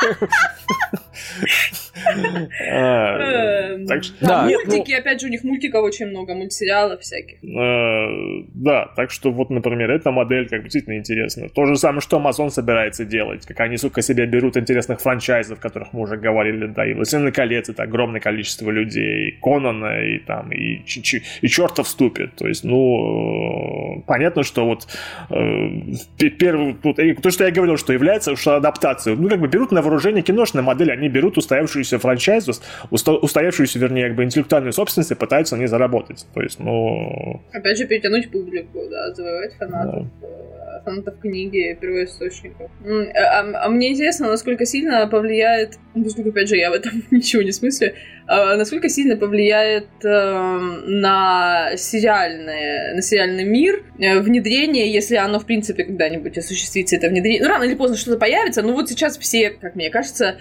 Мультики, опять же, у них мультиков очень много, мультсериалов всяких. Да, так что вот, например, эта модель как бы действительно интересна. То же самое, что Amazon собирается делать, как они, сука, себе берут интересных франчайзов, о которых мы уже говорили, да, и «Властелин колец» — это огромное количество людей, и Конана, и там, и чертов ступит. То есть, понятно, что вот первый, то, что я говорил, что является адаптацией, как бы берут на вооружение киношную модель, они берут устоявшуюся франчайзу, устоявшуюся, вернее, как бы интеллектуальную собственность и пытаются на ней заработать. То есть, опять же, перетянуть публику, да, завоевать фанатов. Да. Фанатов книги, первоисточников. А мне интересно, насколько сильно повлияет, поскольку, опять же, я в этом ничего не смыслю, насколько сильно повлияет на сериальный мир внедрение, если оно, в принципе, когда-нибудь осуществится, это внедрение. Рано или поздно что-то появится, но вот сейчас все, как мне кажется,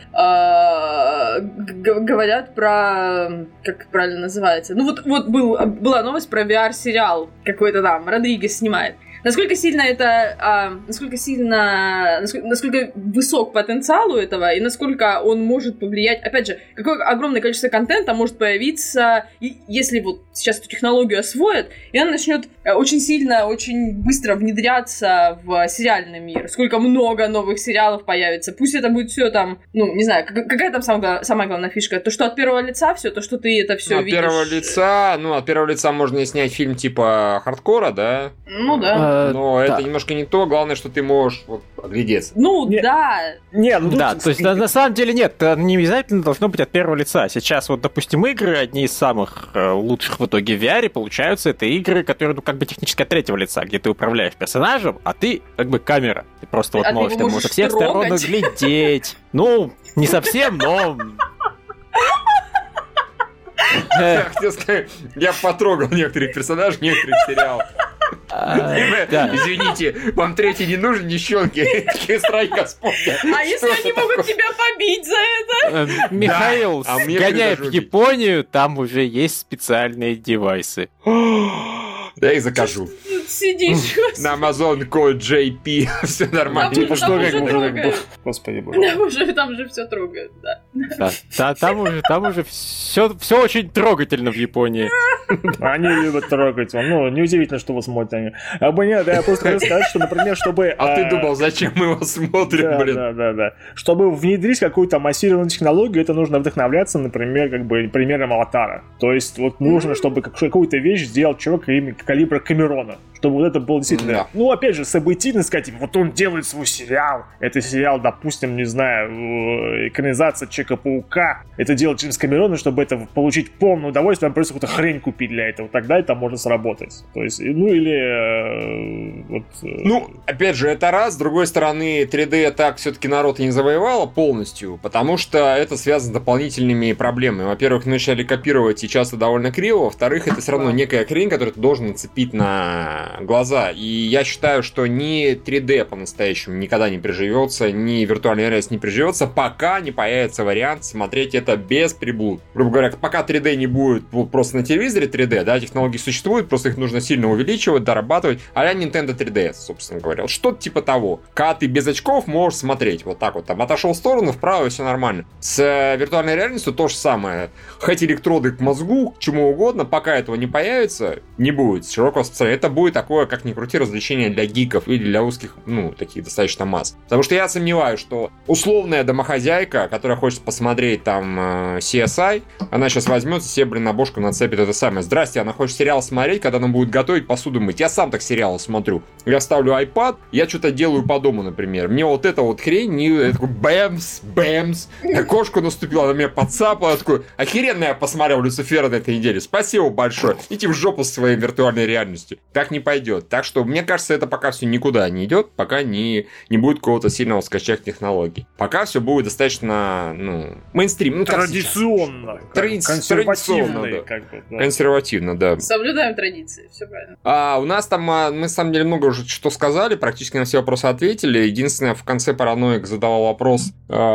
говорят про... Как правильно называется? Ну вот была новость про VR-сериал какой-то там, Родригес снимает. насколько сильно это, насколько высок потенциал у этого, и насколько он может повлиять, опять же, какое огромное количество контента может появиться, если вот сейчас эту технологию освоят, и она начнет очень сильно, очень быстро внедряться в сериальный мир. Сколько много новых сериалов появится. Пусть это будет все там, ну, не знаю, какая там самая главная фишка? То, что от первого лица все, то, что ты это все видишь. От первого лица можно и снять фильм типа хардкора, да? Ну да. Но это немножко не то. Главное, что ты можешь вот оглядеться. Ну да. Да, то есть на самом деле нет, не обязательно должно быть от первого лица. Сейчас вот, допустим, игры, одни из самых лучших в итоге в VR получаются, это игры, которые, ну, как бы технически от третьего лица, где ты управляешь персонажем, а ты как бы камера. Ты просто вот можешь со всех сторон глядеть. Ну, не совсем, но... Я хотел сказать, я потрогал некоторых персонажей, некоторых сериалов. Извините, вам третий не нужен, девчонки? Страйка вспомнил. А если они могут тебя побить за это? Михаил, сгоняй в Японию, там уже есть специальные девайсы. Да, и закажу. Сидишь. На Amazon код JP. Все нормально. Господи боже. Там же все трогают, да. Там уже все очень трогательно в Японии. Они любят трогать. Ну, неудивительно, что вы смотрите. Нет, я просто хочу сказать, что, например, чтобы... А ты думал, зачем мы его смотрим, блин? Да. Чтобы внедрить какую-то массированную технологию, это нужно вдохновляться, например, как бы примером Аватара. То есть вот нужно, чтобы какую-то вещь сделал человек калибра Камерона. Чтобы вот это было действительно... Да. Ну, опять же, событийно сказать, вот он делает свой сериал. Это сериал, допустим, не знаю, экранизация Человека-паука. Это делает Джеймс Камерон, и чтобы это получить полное удовольствие, нам придется какую-то хрень купить для этого. Тогда это может сработать. То есть, ну, или... Ну, опять же, это раз. С другой стороны, 3D так все-таки народ и не завоевало полностью, потому что это связано с дополнительными проблемами. Во-первых, начали копировать и часто довольно криво. Во-вторых, это все равно некая хрень, которую ты должен нацепить на глаза. И я считаю, что ни 3D по-настоящему никогда не приживется, ни виртуальная реальность не приживется, пока не появится вариант смотреть это без приблуд. Грубо говоря, пока 3D не будет просто на телевизоре 3D, да, технологии существуют, просто их нужно сильно увеличивать, дорабатывать, а-ля Nintendo 3DS, собственно говоря. Что-то типа того. Когда ты без очков можешь смотреть вот так вот, там, отошел в сторону, вправо, и все нормально. С виртуальной реальностью то же самое. Хоть электроды к мозгу, к чему угодно, пока этого не появится, не будет широкого распространения. Это будет такое, как ни крути, развлечение для гиков или для узких, ну, таких достаточно масс. Потому что я сомневаюсь, что условная домохозяйка, которая хочет посмотреть там CSI, она сейчас возьмет себе, блин, на бошку нацепит это самое. Здрасте, она хочет сериал смотреть, когда она будет готовить, посуду мыть. Я сам так сериалы смотрю. Я ставлю iPad, я что-то делаю по дому, например. Мне вот эта вот хрень, я такой бэмс, на кошку наступила, она меня подцапала, я такой, охеренно я посмотрел Люцифера на этой неделе. Спасибо большое. Идите в жопу с своей виртуальной реальностью. Так не пойдет. Так что, мне кажется, это пока все никуда не идет, пока не будет какого-то сильного скачка технологий. Пока все будет достаточно, ну, мейнстрим. Ну, традиционно. Консервативно, да. Как бы, да. Консервативно, да. Соблюдаем традиции, все правильно. У нас там, мы на самом деле много уже что сказали, практически на все вопросы ответили. Единственное, в конце Параноик задавал вопрос,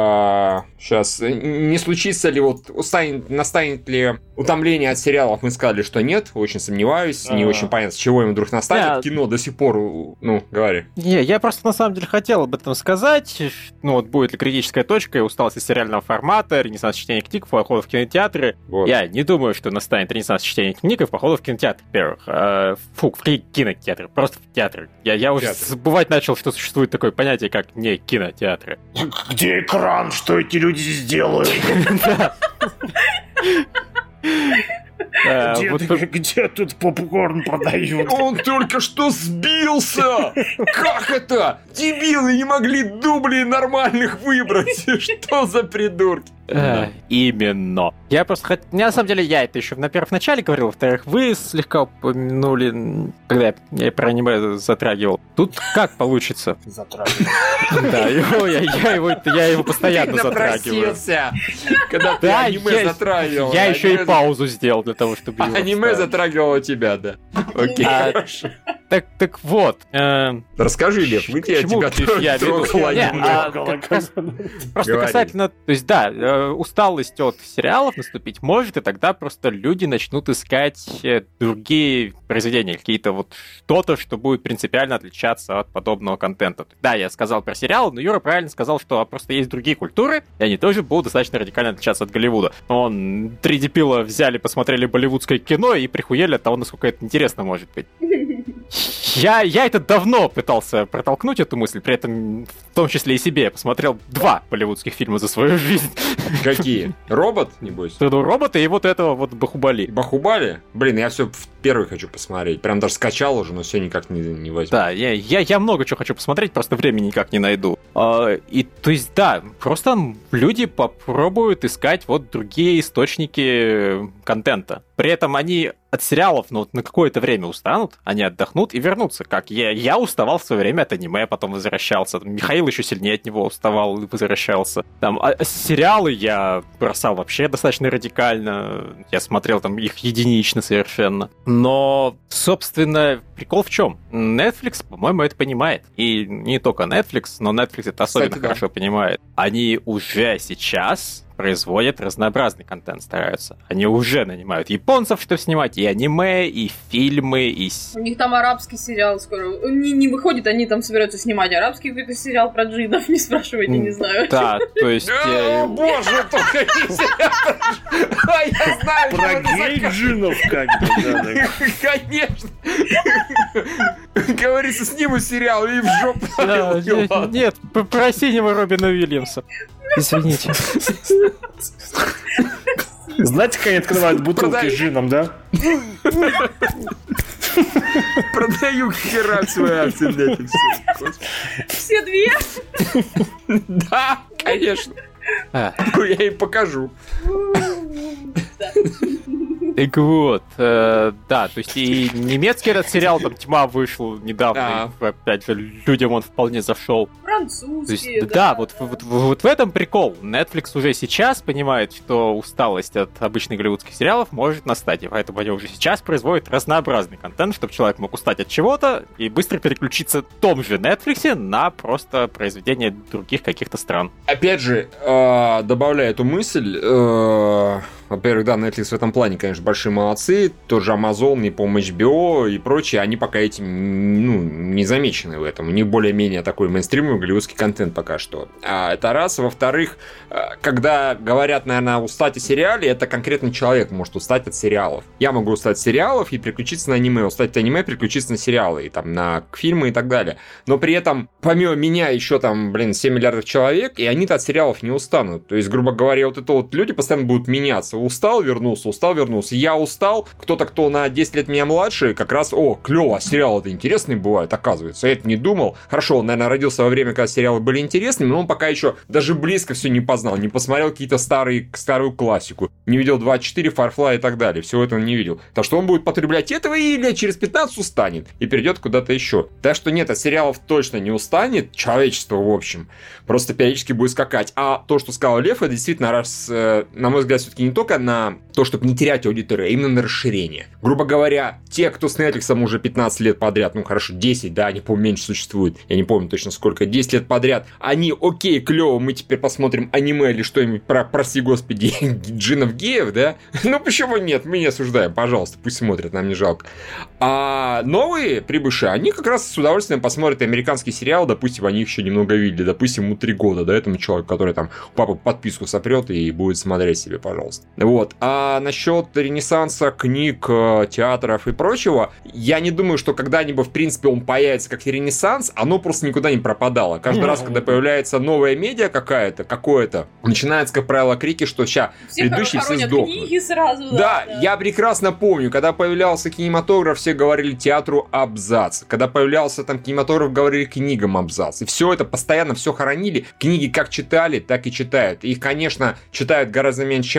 сейчас, не случится ли настанет ли утомление от сериалов? Мы сказали, что нет, очень сомневаюсь, не очень понятно, с чего им вдруг настанет. Кино до сих пор, ну, говори. Я просто на самом деле хотел об этом сказать, ну, вот будет ли критическая точка, я устался из сериального формата, ренессанс чтения книг, походов в кинотеатры. Вот. Я не думаю, что настанет ренессанс чтения книг и походов в кинотеатр, во-первых. В кинотеатры, просто в театры. Я уже забывать начал, что существует такое понятие, как не кинотеатры. Где экран? Что эти люди здесь делают? Где тут попкорн продают? Он только что сбился! Как это? Дебилы не могли дублей нормальных выбрать! Что за придурки? Именно. Я просто на самом деле, я это еще, во-первых, в начале говорил, во-вторых, вы слегка упомянули, когда я про аниме затрагивал. Тут как получится? Затрагивал. Да, я его постоянно затрагиваю. Когда ты аниме затрагивал. Я еще и паузу сделал для того, чтобы его аниме затрагивало тебя, да. Окей, хорошо. Так вот. Расскажи, Лев, вы тебя трогала. Просто касательно, то есть да, усталость от сериалов наступить может, и тогда просто люди начнут искать другие произведения, какие-то вот что-то, что будет принципиально отличаться от подобного контента. Да, я сказал про сериалы, но Юра правильно сказал, что просто есть другие культуры, и они тоже будут достаточно радикально отличаться от Голливуда. 3D Пила взяли, посмотрели болливудское кино и прихуели от того, насколько это интересно может быть. Я это давно пытался протолкнуть, эту мысль, при этом в том числе и себе. Я посмотрел 2 болливудских фильма за свою жизнь. Какие? «Робот», небось? «Робот» и вот этого вот «Бахубали». «Бахубали»? Блин, я все в первый хочу посмотреть. Прям даже скачал уже, но все никак не возьму. Да, я много чего хочу посмотреть, просто времени никак не найду. И то есть, да, просто люди попробуют искать вот другие источники контента. При этом они от сериалов, ну, на какое-то время устанут, они отдохнут и вернутся. Как я уставал в свое время от аниме, потом возвращался. Михаил еще сильнее от него уставал и возвращался. Сериалы я бросал вообще достаточно радикально. Я смотрел там их единично совершенно. Но, собственно, прикол в чем? Netflix, по-моему, это понимает. И не только Netflix, но Netflix это особенно хорошо понимает. Они уже сейчас производят разнообразный контент, стараются. Они уже нанимают японцев, чтобы снимать и аниме, и фильмы, и... У них там арабский сериал скоро. Не выходит, они там собираются снимать арабский какой-то сериал про джинов, не спрашивайте, не знаю. Да, то есть... Боже, только не сериал! Я знаю, про гей-джинов как-то. Конечно! Говорится, сниму сериал и в жопу. Нет, про синего Робина Уильямса. Извините. Знаете, как они открывают бутылки с джином, да? Продаю хера свои акции для этого. Все 2? Да, конечно. Я ей покажу. Так вот, да, то есть и немецкий этот сериал, там «Тьма» вышел недавно, и, опять же, людям он вполне зашел. Французский, да. Вот в этом прикол. Netflix уже сейчас понимает, что усталость от обычных голливудских сериалов может настать, и поэтому они уже сейчас производят разнообразный контент, чтобы человек мог устать от чего-то и быстро переключиться в том же Netflix на просто произведения других каких-то стран. Опять же, добавляя эту мысль, во-первых, да, Netflix в этом плане, конечно, большие молодцы. Тот же Amazon, и, по-моему, HBO и прочие, они пока этим, не замечены в этом. У них более-менее такой мейнстримовый голливудский контент пока что. Это раз. Во-вторых, когда говорят, наверное, устать от сериале, это конкретный человек может устать от сериалов. Я могу устать от сериалов и переключиться на аниме. Устать от аниме, переключиться на сериалы, и там, на фильмы и так далее. Но при этом, помимо меня, еще там, 7 миллиардов человек, и они-то от сериалов не устанут. То есть, грубо говоря, вот это вот люди постоянно будут меняться. Устал, вернулся, устал, вернулся. Я устал, кто-то, кто на 10 лет меня младше, как раз, клево, сериалы-то интересные бывают, оказывается. Я это не думал. Хорошо, он, наверное, родился во время, когда сериалы были интересными, но он пока еще даже близко все не познал, не посмотрел какие-то старую классику, не видел 24, Firefly и так далее. Всего этого не видел. Так что он будет потреблять этого и лет через 15 устанет и перейдет куда-то еще. Так что нет, от сериалов точно не устанет человечество, в общем. Просто периодически будет скакать. А то, что сказал Лев, это действительно, на мой взгляд, все-таки не только на то, чтобы не терять аудиторию, а именно на расширение. Грубо говоря, те, кто с Netflix уже 15 лет подряд, 10, да, они, по-моему, меньше существуют, я не помню точно сколько, 10 лет подряд, они, окей, клево, мы теперь посмотрим аниме или что-нибудь про, прости господи, джинов-геев, да? Почему нет? Мы не осуждаем, пожалуйста, пусть смотрят, нам не жалко. А новые прибывшие, они как раз с удовольствием посмотрят американский сериал, допустим, они их еще немного видели, допустим, ему 3 года, да, этому человеку, который там папа подписку сопрет и будет смотреть себе, пожалуйста. Вот. А насчет ренессанса книг, театров и прочего, я не думаю, что когда-нибудь, в принципе, он появится как ренессанс, оно просто никуда не пропадало. Каждый раз, когда появляется новая медиа какое-то, начинается, как правило, крики, что сейчас предыдущие все сдохнут. Книги сразу, да, я прекрасно помню, когда появлялся кинематограф, все говорили театру абзац. Когда появлялся там кинематограф, говорили книгам абзац. И все это постоянно все хоронили. Книги как читали, так и читают. Их, конечно, читают гораздо меньше, чем раньше,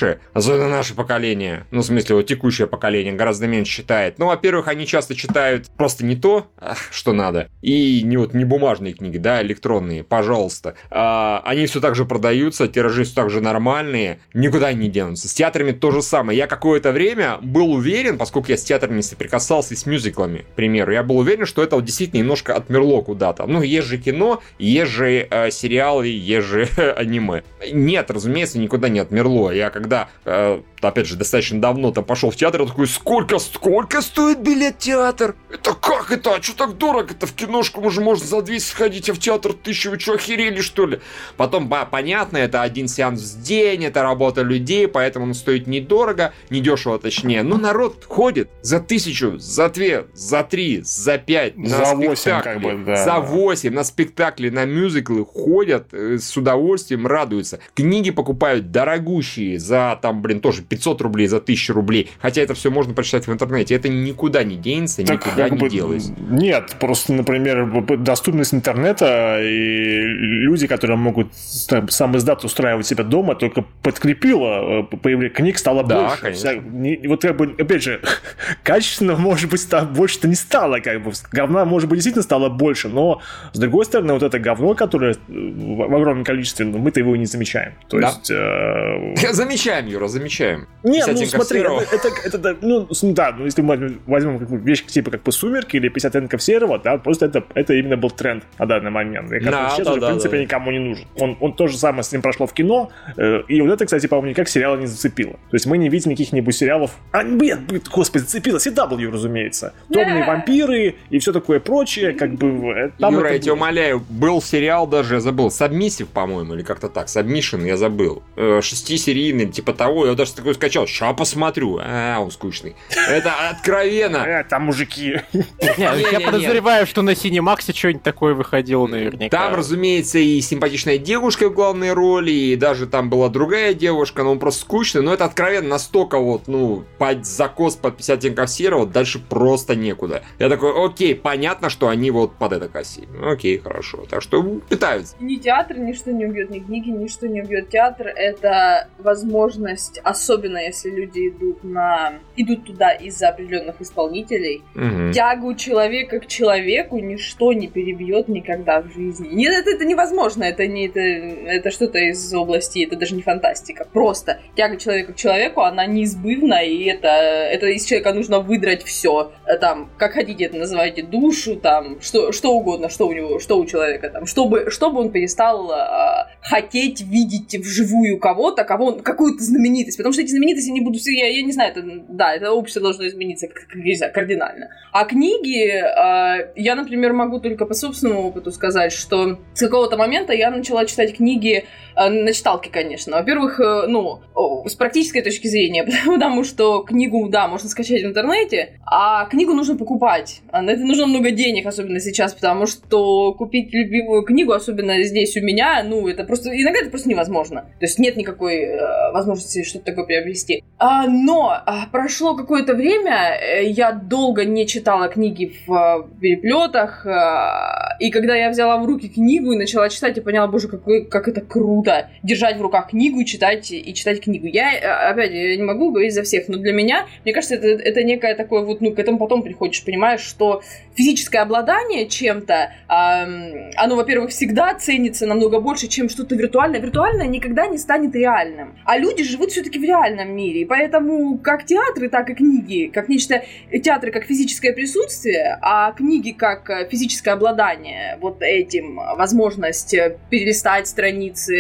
меньше, особенно наше поколение, ну, в смысле, вот текущее поколение, гораздо меньше читает. Ну, во-первых, они часто читают просто не то, что надо, и не бумажные книги, да, электронные, пожалуйста. Они все так же продаются, тиражи все так же нормальные, никуда не денутся. С театрами то же самое. Я какое-то время был уверен, поскольку я с театрами соприкасался и с мюзиклами, к примеру, я был уверен, что это вот действительно немножко отмерло куда-то. Ну, есть же кино, есть же сериалы, есть же аниме. Нет, разумеется, никуда не отмерло. Я когда, опять же, достаточно давно там пошел в театр, я такой, сколько стоит билет в театр? Это как это? А что так дорого? Это в киношку можно за 200 сходить, а в театр 1000, вы что, охерели, что ли? Потом, понятно, это один сеанс в день, это работа людей, поэтому он стоит недорого, недешево точнее. Но народ ходит за 1000, за 2, за 3, за 5, на за спектакли, 8, как бы, да. За 8, на спектакли, на мюзиклы ходят с удовольствием, радуются. Книги покупают дорогущие за, там, тоже 500 рублей, за 1000 рублей. Хотя это все можно прочитать в интернете. Это никуда не денется, так, никуда не делается. Нет, просто, например, доступность интернета и люди, которые могут сам издат устраивать себя дома, только подкрепило появление книг, стало больше. Конечно. Вот как бы, опять же, качественно, может быть, больше-то не стало, как бы. Говна, может быть, действительно стало больше, но, с другой стороны, вот это говно, которое в огромном количестве, мы-то его и не замечаем. То есть... Замечаем, Юра, замечаем. Нет, ну смотри, если мы возьмем вещь типа как бы «Сумерки» или 50 оттенков серого, да, просто это именно был тренд на данный момент. И сейчас уже, в принципе, никому не нужен. Он то же самое с ним прошло в кино, и вот это, кстати, по-моему, никак сериала не зацепило. То есть мы не видим каких-нибудь сериалов... Господи, зацепило, CW, разумеется. «Темные вампиры» и все такое прочее, как бы... Юра, я тебя умоляю, был сериал даже, я забыл, «Submissive», по-моему, или как-то так, «Submission», я забыл. 6-серийный, типа того, я даже такой скачал, ща посмотрю, он скучный. Это откровенно. Там мужики. Я подозреваю, что на Cinemax что-нибудь такое выходило наверняка. Там, разумеется, и симпатичная девушка в главной роли, и даже там была другая девушка, но он просто скучный, но это откровенно настолько под закос под 50 оттенков серого, дальше просто некуда. Я такой, окей, понятно, что они под это косили. Окей, хорошо. Так что пытаются. Ни театр ничто не убьет, ни книги ничто не убьет. Театр — это возможность, особенно если люди идут туда из-за определенных исполнителей, тягу человека к человеку ничто не перебьет никогда в жизни. Нет, это невозможно, это что-то из области, это даже не фантастика. Просто тяга человека к человеку, она неизбывна, и это из человека нужно выдрать все. Там, как хотите это называйте, душу, там, что угодно, что у человека там, чтобы он перестал хотеть видеть вживую кого-то, какую-то знаменитость. Потому что эти знаменитости не будут... Я не знаю, это общество должно измениться кардинально. А книги, я, например, могу только по собственному опыту сказать, что с какого-то момента я начала читать книги на читалке, конечно. Во-первых, с практической точки зрения, потому что книгу, да, можно скачать в интернете, а книгу нужно покупать. На это нужно много денег, особенно сейчас, потому что купить любимую книгу, особенно здесь у меня, иногда это просто невозможно. То есть нет никакой возможности что-то такое приобрести. Но прошло какое-то время, я долго не читала книги в переплетах, и когда я взяла в руки книгу и начала читать, я поняла, боже, как это круто, держать в руках книгу и читать книгу. Я не могу говорить за всех, но для меня, мне кажется, это некое такое к этому потом приходишь, понимаешь, что физическое обладание чем-то, оно, во-первых, всегда ценится намного больше, чем что-то виртуальное. Виртуальное никогда не станет реальным. А люди живут все-таки в реальном мире, и поэтому как театры, так и книги, как нечто, театры как физическое присутствие, а книги как физическое обладание вот этим, возможность перелистать страницы,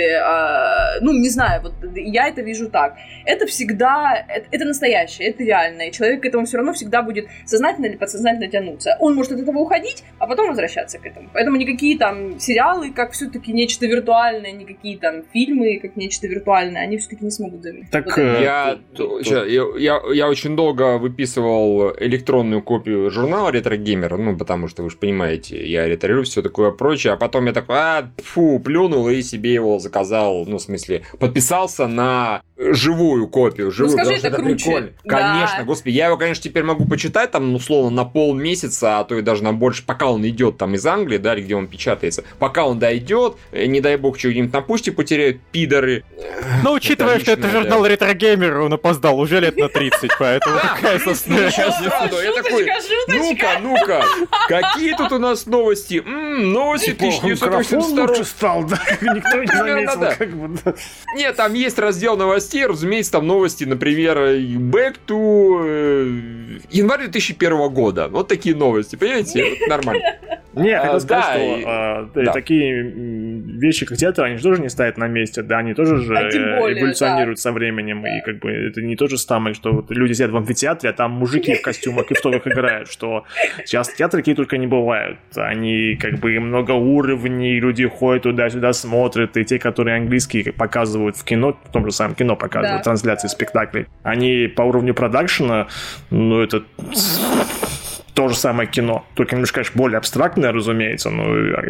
не знаю, я это вижу так. Это всегда, это настоящее, это реальное, и человек к этому все равно всегда будет сознательно или подсознательно тянуться. Он может от этого уходить, а потом возвращаться к этому. Поэтому никакие там сериалы, как все-таки нечто виртуальное, никакие там фильмы, как нечто виртуальное, они все-таки не смогут заменить. Так, я Я очень долго выписывал электронную копию журнала «Ретро Геймер», ну, потому что, вы же понимаете, я ретро все такое прочее, а потом я такой, плюнул и себе его заказал, ну, в смысле, подписался на живую копию. Ну, скажи, это круче. Прикольно. Конечно, господи, я его, конечно, теперь могу почитать, там, условно, на полмесяца, а то и даже на больше, пока он идет там из Англии, да, где он печатается, пока он дойдет, не дай бог, что-нибудь на почте потеряют, пидоры. Ну, учитывая, что это журнал «Ретро Геймер», он опоздал уже лет на 30, поэтому такая собственная разница. Я такой, ну-ка, какие тут у нас новости? Новости 1982 лучше стал, да? Никто не заметил, как бы, да. Нет, там есть раздел новостей, разумеется, там новости, например, back to январь 2001 года. Вот такие новости, понимаете? Вот нормально. Не, хотел сказать, что такие вещи, как театр, они же тоже не стоят на месте, да, они тоже же эволюционируют со временем, и как бы это не то же самое, что вот люди сидят в амфитеатре, а там мужики в костюмах и в токах играют, что сейчас театры какие только не бывают, они как бы много уровней, люди ходят туда-сюда, смотрят, и те, которые английские показывают в кино, в том же самом кино показывают, трансляции спектаклей, они по уровню продакшена, ну это... То же самое кино, только немножко, конечно, более абстрактное, разумеется, но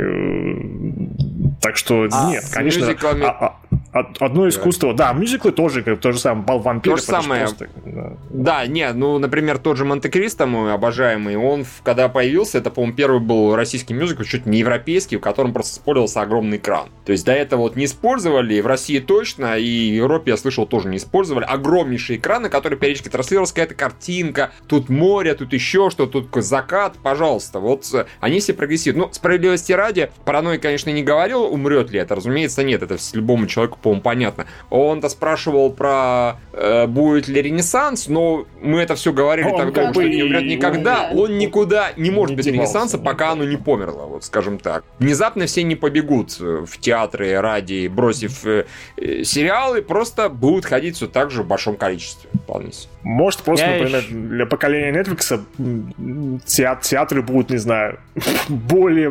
так что нет, конечно, одно искусство, да, мюзиклы тоже, как то же самое, «Бал вампиров». То же самое, да, нет, ну, например, тот же «Монте-Кристо», мой обожаемый, он, когда появился, это, по-моему, первый был российский мюзикл, чуть не европейский, в котором просто использовался огромный экран. То есть до этого вот не использовали, в России точно, и в Европе, я слышал, тоже не использовали. Огромнейшие экраны, которые периодически транслировалась какая-то картинка, тут море, тут еще что, тут закат, пожалуйста, вот они все прогрессивны. Ну, справедливости ради, Параноик, конечно, не говорил, умрет ли это, разумеется, нет, это любому человеку, по-моему, понятно. Он-то спрашивал про будет ли ренессанс, но мы это все говорили тогда, что не умрет никогда, он никуда не может без ренессанса, пока оно не померло, вот скажем так. Внезапно все не побегут в театры ради, бросив сериалы, просто будут ходить все так же в большом количестве. Может, просто, например, для поколения Netflix театры будут, не знаю, более...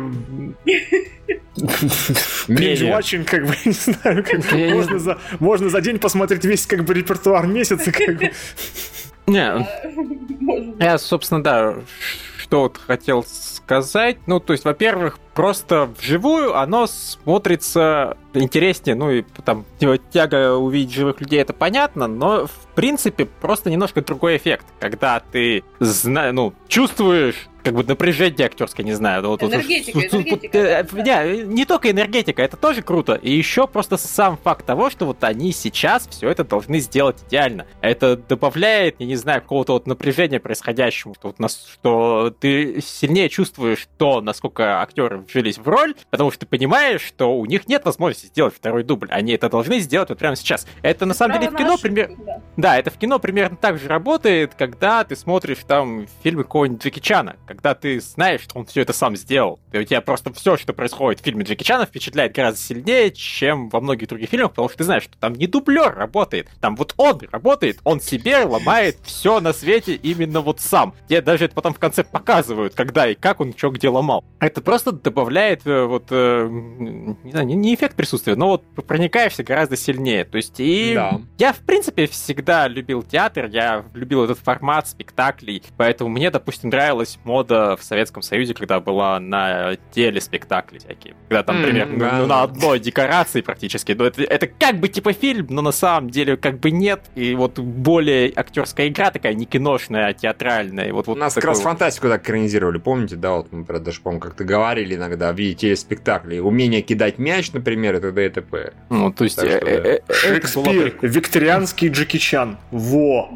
Binge-watching, как бы, не знаю, как бы, можно за день посмотреть весь, как бы, репертуар месяца, как бы. Не, я, собственно, да, что вот хотел сказать. Ну, то есть, во-первых, просто вживую оно смотрится интереснее, ну и там тяга увидеть живых людей, это понятно, но в принципе просто немножко другой эффект, когда ты чувствуешь как бы напряжение актерское, не знаю. Энергетика. Не только энергетика, это тоже круто. И еще просто сам факт того, что вот они сейчас все это должны сделать идеально. Это добавляет, я не знаю, какого-то вот напряжения происходящему, что ты сильнее чувствуешь то, насколько актеры вжились в роль, потому что ты понимаешь, что у них нет возможности сделать второй дубль. Они это должны сделать вот прямо сейчас. Это на самом деле в кино примерно... Да, это в кино примерно так же работает, когда ты смотришь там фильмы какого-нибудь Джеки Чана, когда ты знаешь, что он все это сам сделал. И у тебя просто все, что происходит в фильме Джеки Чана, впечатляет гораздо сильнее, чем во многих других фильмах, потому что ты знаешь, что там не дублер работает, там вот он работает, он себе ломает все на свете именно вот сам. Тебе даже это потом в конце показывают, когда и как он что где ломал. Это просто добавляет не знаю, не эффект присутствия, но вот проникаешься гораздо сильнее. То есть я, в принципе, всегда любил театр, я любил этот формат спектаклей, поэтому мне, допустим, нравилась мода в Советском Союзе, когда была на телеспектакли всякие. Когда там примерно на одной декорации практически. Но это как бы типа фильм, но на самом деле как бы нет. И вот более актерская игра такая, не киношная, а театральная. Вот у нас как раз фантастику так экранизировали, помните? Да, вот мы даже, по-моему, как-то говорили иногда в виде телеспектаклей. Умение кидать мяч, например, и т.д. и т.п. Ну, то есть... Шекспир, викторианский Джеки Чан. Во!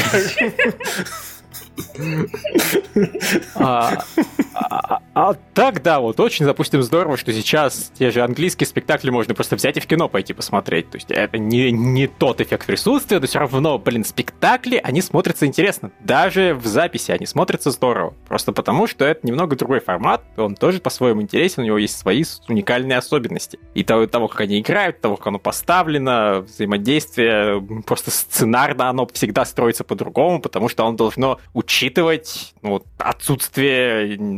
Так, да, вот очень, допустим, здорово, что сейчас те же английские спектакли можно просто взять и в кино пойти посмотреть. То есть это не тот эффект присутствия, но все равно, спектакли, они смотрятся интересно. Даже в записи они смотрятся здорово. Просто потому, что это немного другой формат, он тоже по-своему интересен, у него есть свои уникальные особенности. И того, как они играют, того, как оно поставлено, взаимодействие, просто сценарно оно всегда строится по-другому, потому что оно должно учитывать отсутствие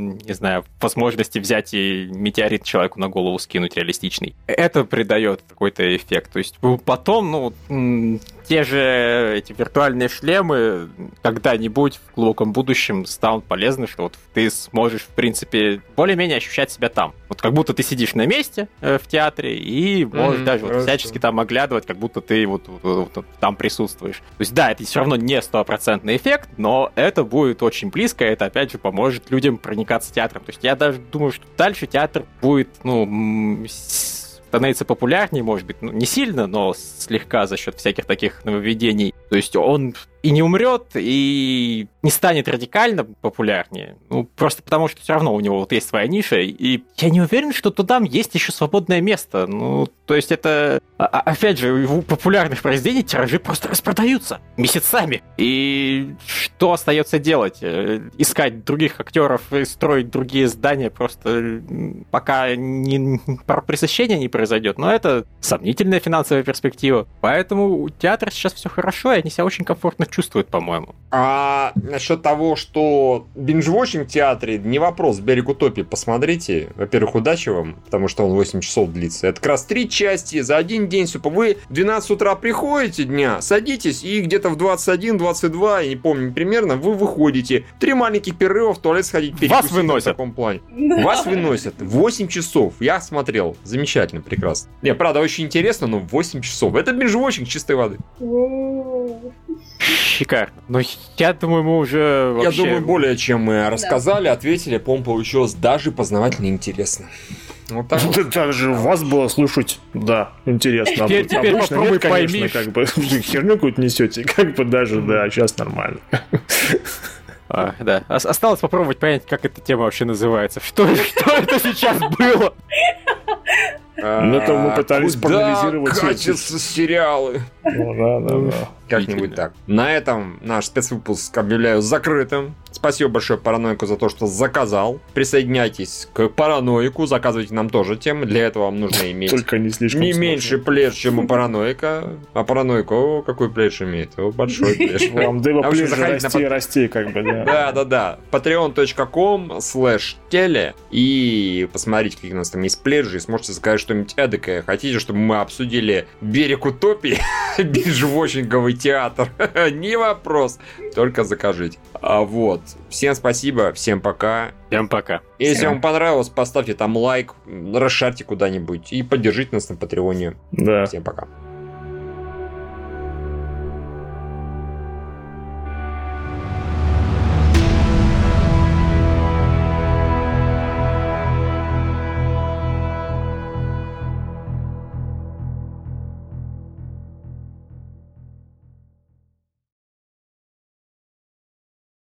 не знаю, возможности взять и метеорит человеку на голову скинуть реалистичный. Это придает какой-то эффект. То есть потом, те же эти виртуальные шлемы когда-нибудь в глубоком будущем станут полезны, что вот ты сможешь, в принципе, более-менее ощущать себя там. Вот как будто ты сидишь на месте в театре и можешь даже вот всячески там оглядывать, как будто ты вот там присутствуешь. То есть да, это все равно не 100% эффект, но это будет очень близко, и это опять же поможет людям проникаться театром. То есть я даже думаю, что дальше театр будет, становится популярнее, может быть, не сильно, но слегка за счет всяких таких нововведений. То есть он и не умрет, и не станет радикально популярнее. Просто потому, что все равно у него вот есть своя ниша, и я не уверен, что туда есть еще свободное место. То есть это... Опять же, у популярных произведений тиражи просто распродаются месяцами. И что остается делать? Искать других актеров и строить другие здания просто пока пресыщение не произойдет. Но это сомнительная финансовая перспектива. Поэтому у театра сейчас все хорошо, и они себя очень комфортно чувствуют, по-моему. А насчет того, что бинж-вотчинг в театре, не вопрос. «Берег утопии» посмотрите. Во-первых, удачи вам, потому что он 8 часов длится. Это как раз 3 части за один день. Вы в 12 утра приходите дня, садитесь, и где-то в 21-22, я не помню примерно, вы выходите. 3 маленьких перерыва, в туалет сходить, перекусить. Вас выносят. В таком плане. Вас выносят. 8 часов. Я смотрел. Замечательно, прекрасно. Не, правда, очень интересно, но 8 часов. Это бинж-вотчинг чистой воды. Шикарно. Но я думаю, мы уже вообще... Я думаю, более чем мы рассказали, ответили, по-моему, получилось даже познавательно интересно. Вот так. Даже вас было слушать, да, интересно. Теперь обычно попробуй нет, конечно, пойми. как бы херню какую-то несете, как бы даже, да, сейчас нормально. Да. Осталось попробовать понять, как эта тема вообще называется. Что это сейчас было? Это мы пытались проанализировать. Куда катятся сериалы? Да. Как-нибудь так. На этом наш спецвыпуск объявляю закрытым. Спасибо большое Параноику за то, что заказал. Присоединяйтесь к Параноику, заказывайте нам тоже темы. Для этого вам нужно иметь только не слишком не сложно. меньше пледж, чем у Параноика. А Параноик, какой пледж имеет? Большой пледж. Вам да его пледж расти, как бы, да. Да. patreon.com/теле. И посмотрите, какие у нас там есть пледжи, и сможете заказать что-нибудь эдакое. Хотите, чтобы мы обсудили «Берег утопии», бинж-вотчинговый театр? Не вопрос. Только закажите. Вот. Всем спасибо, всем пока. Всем пока. Если вам понравилось, поставьте там лайк, расшарьте куда-нибудь и поддержите нас на Патреоне. Да. Всем пока.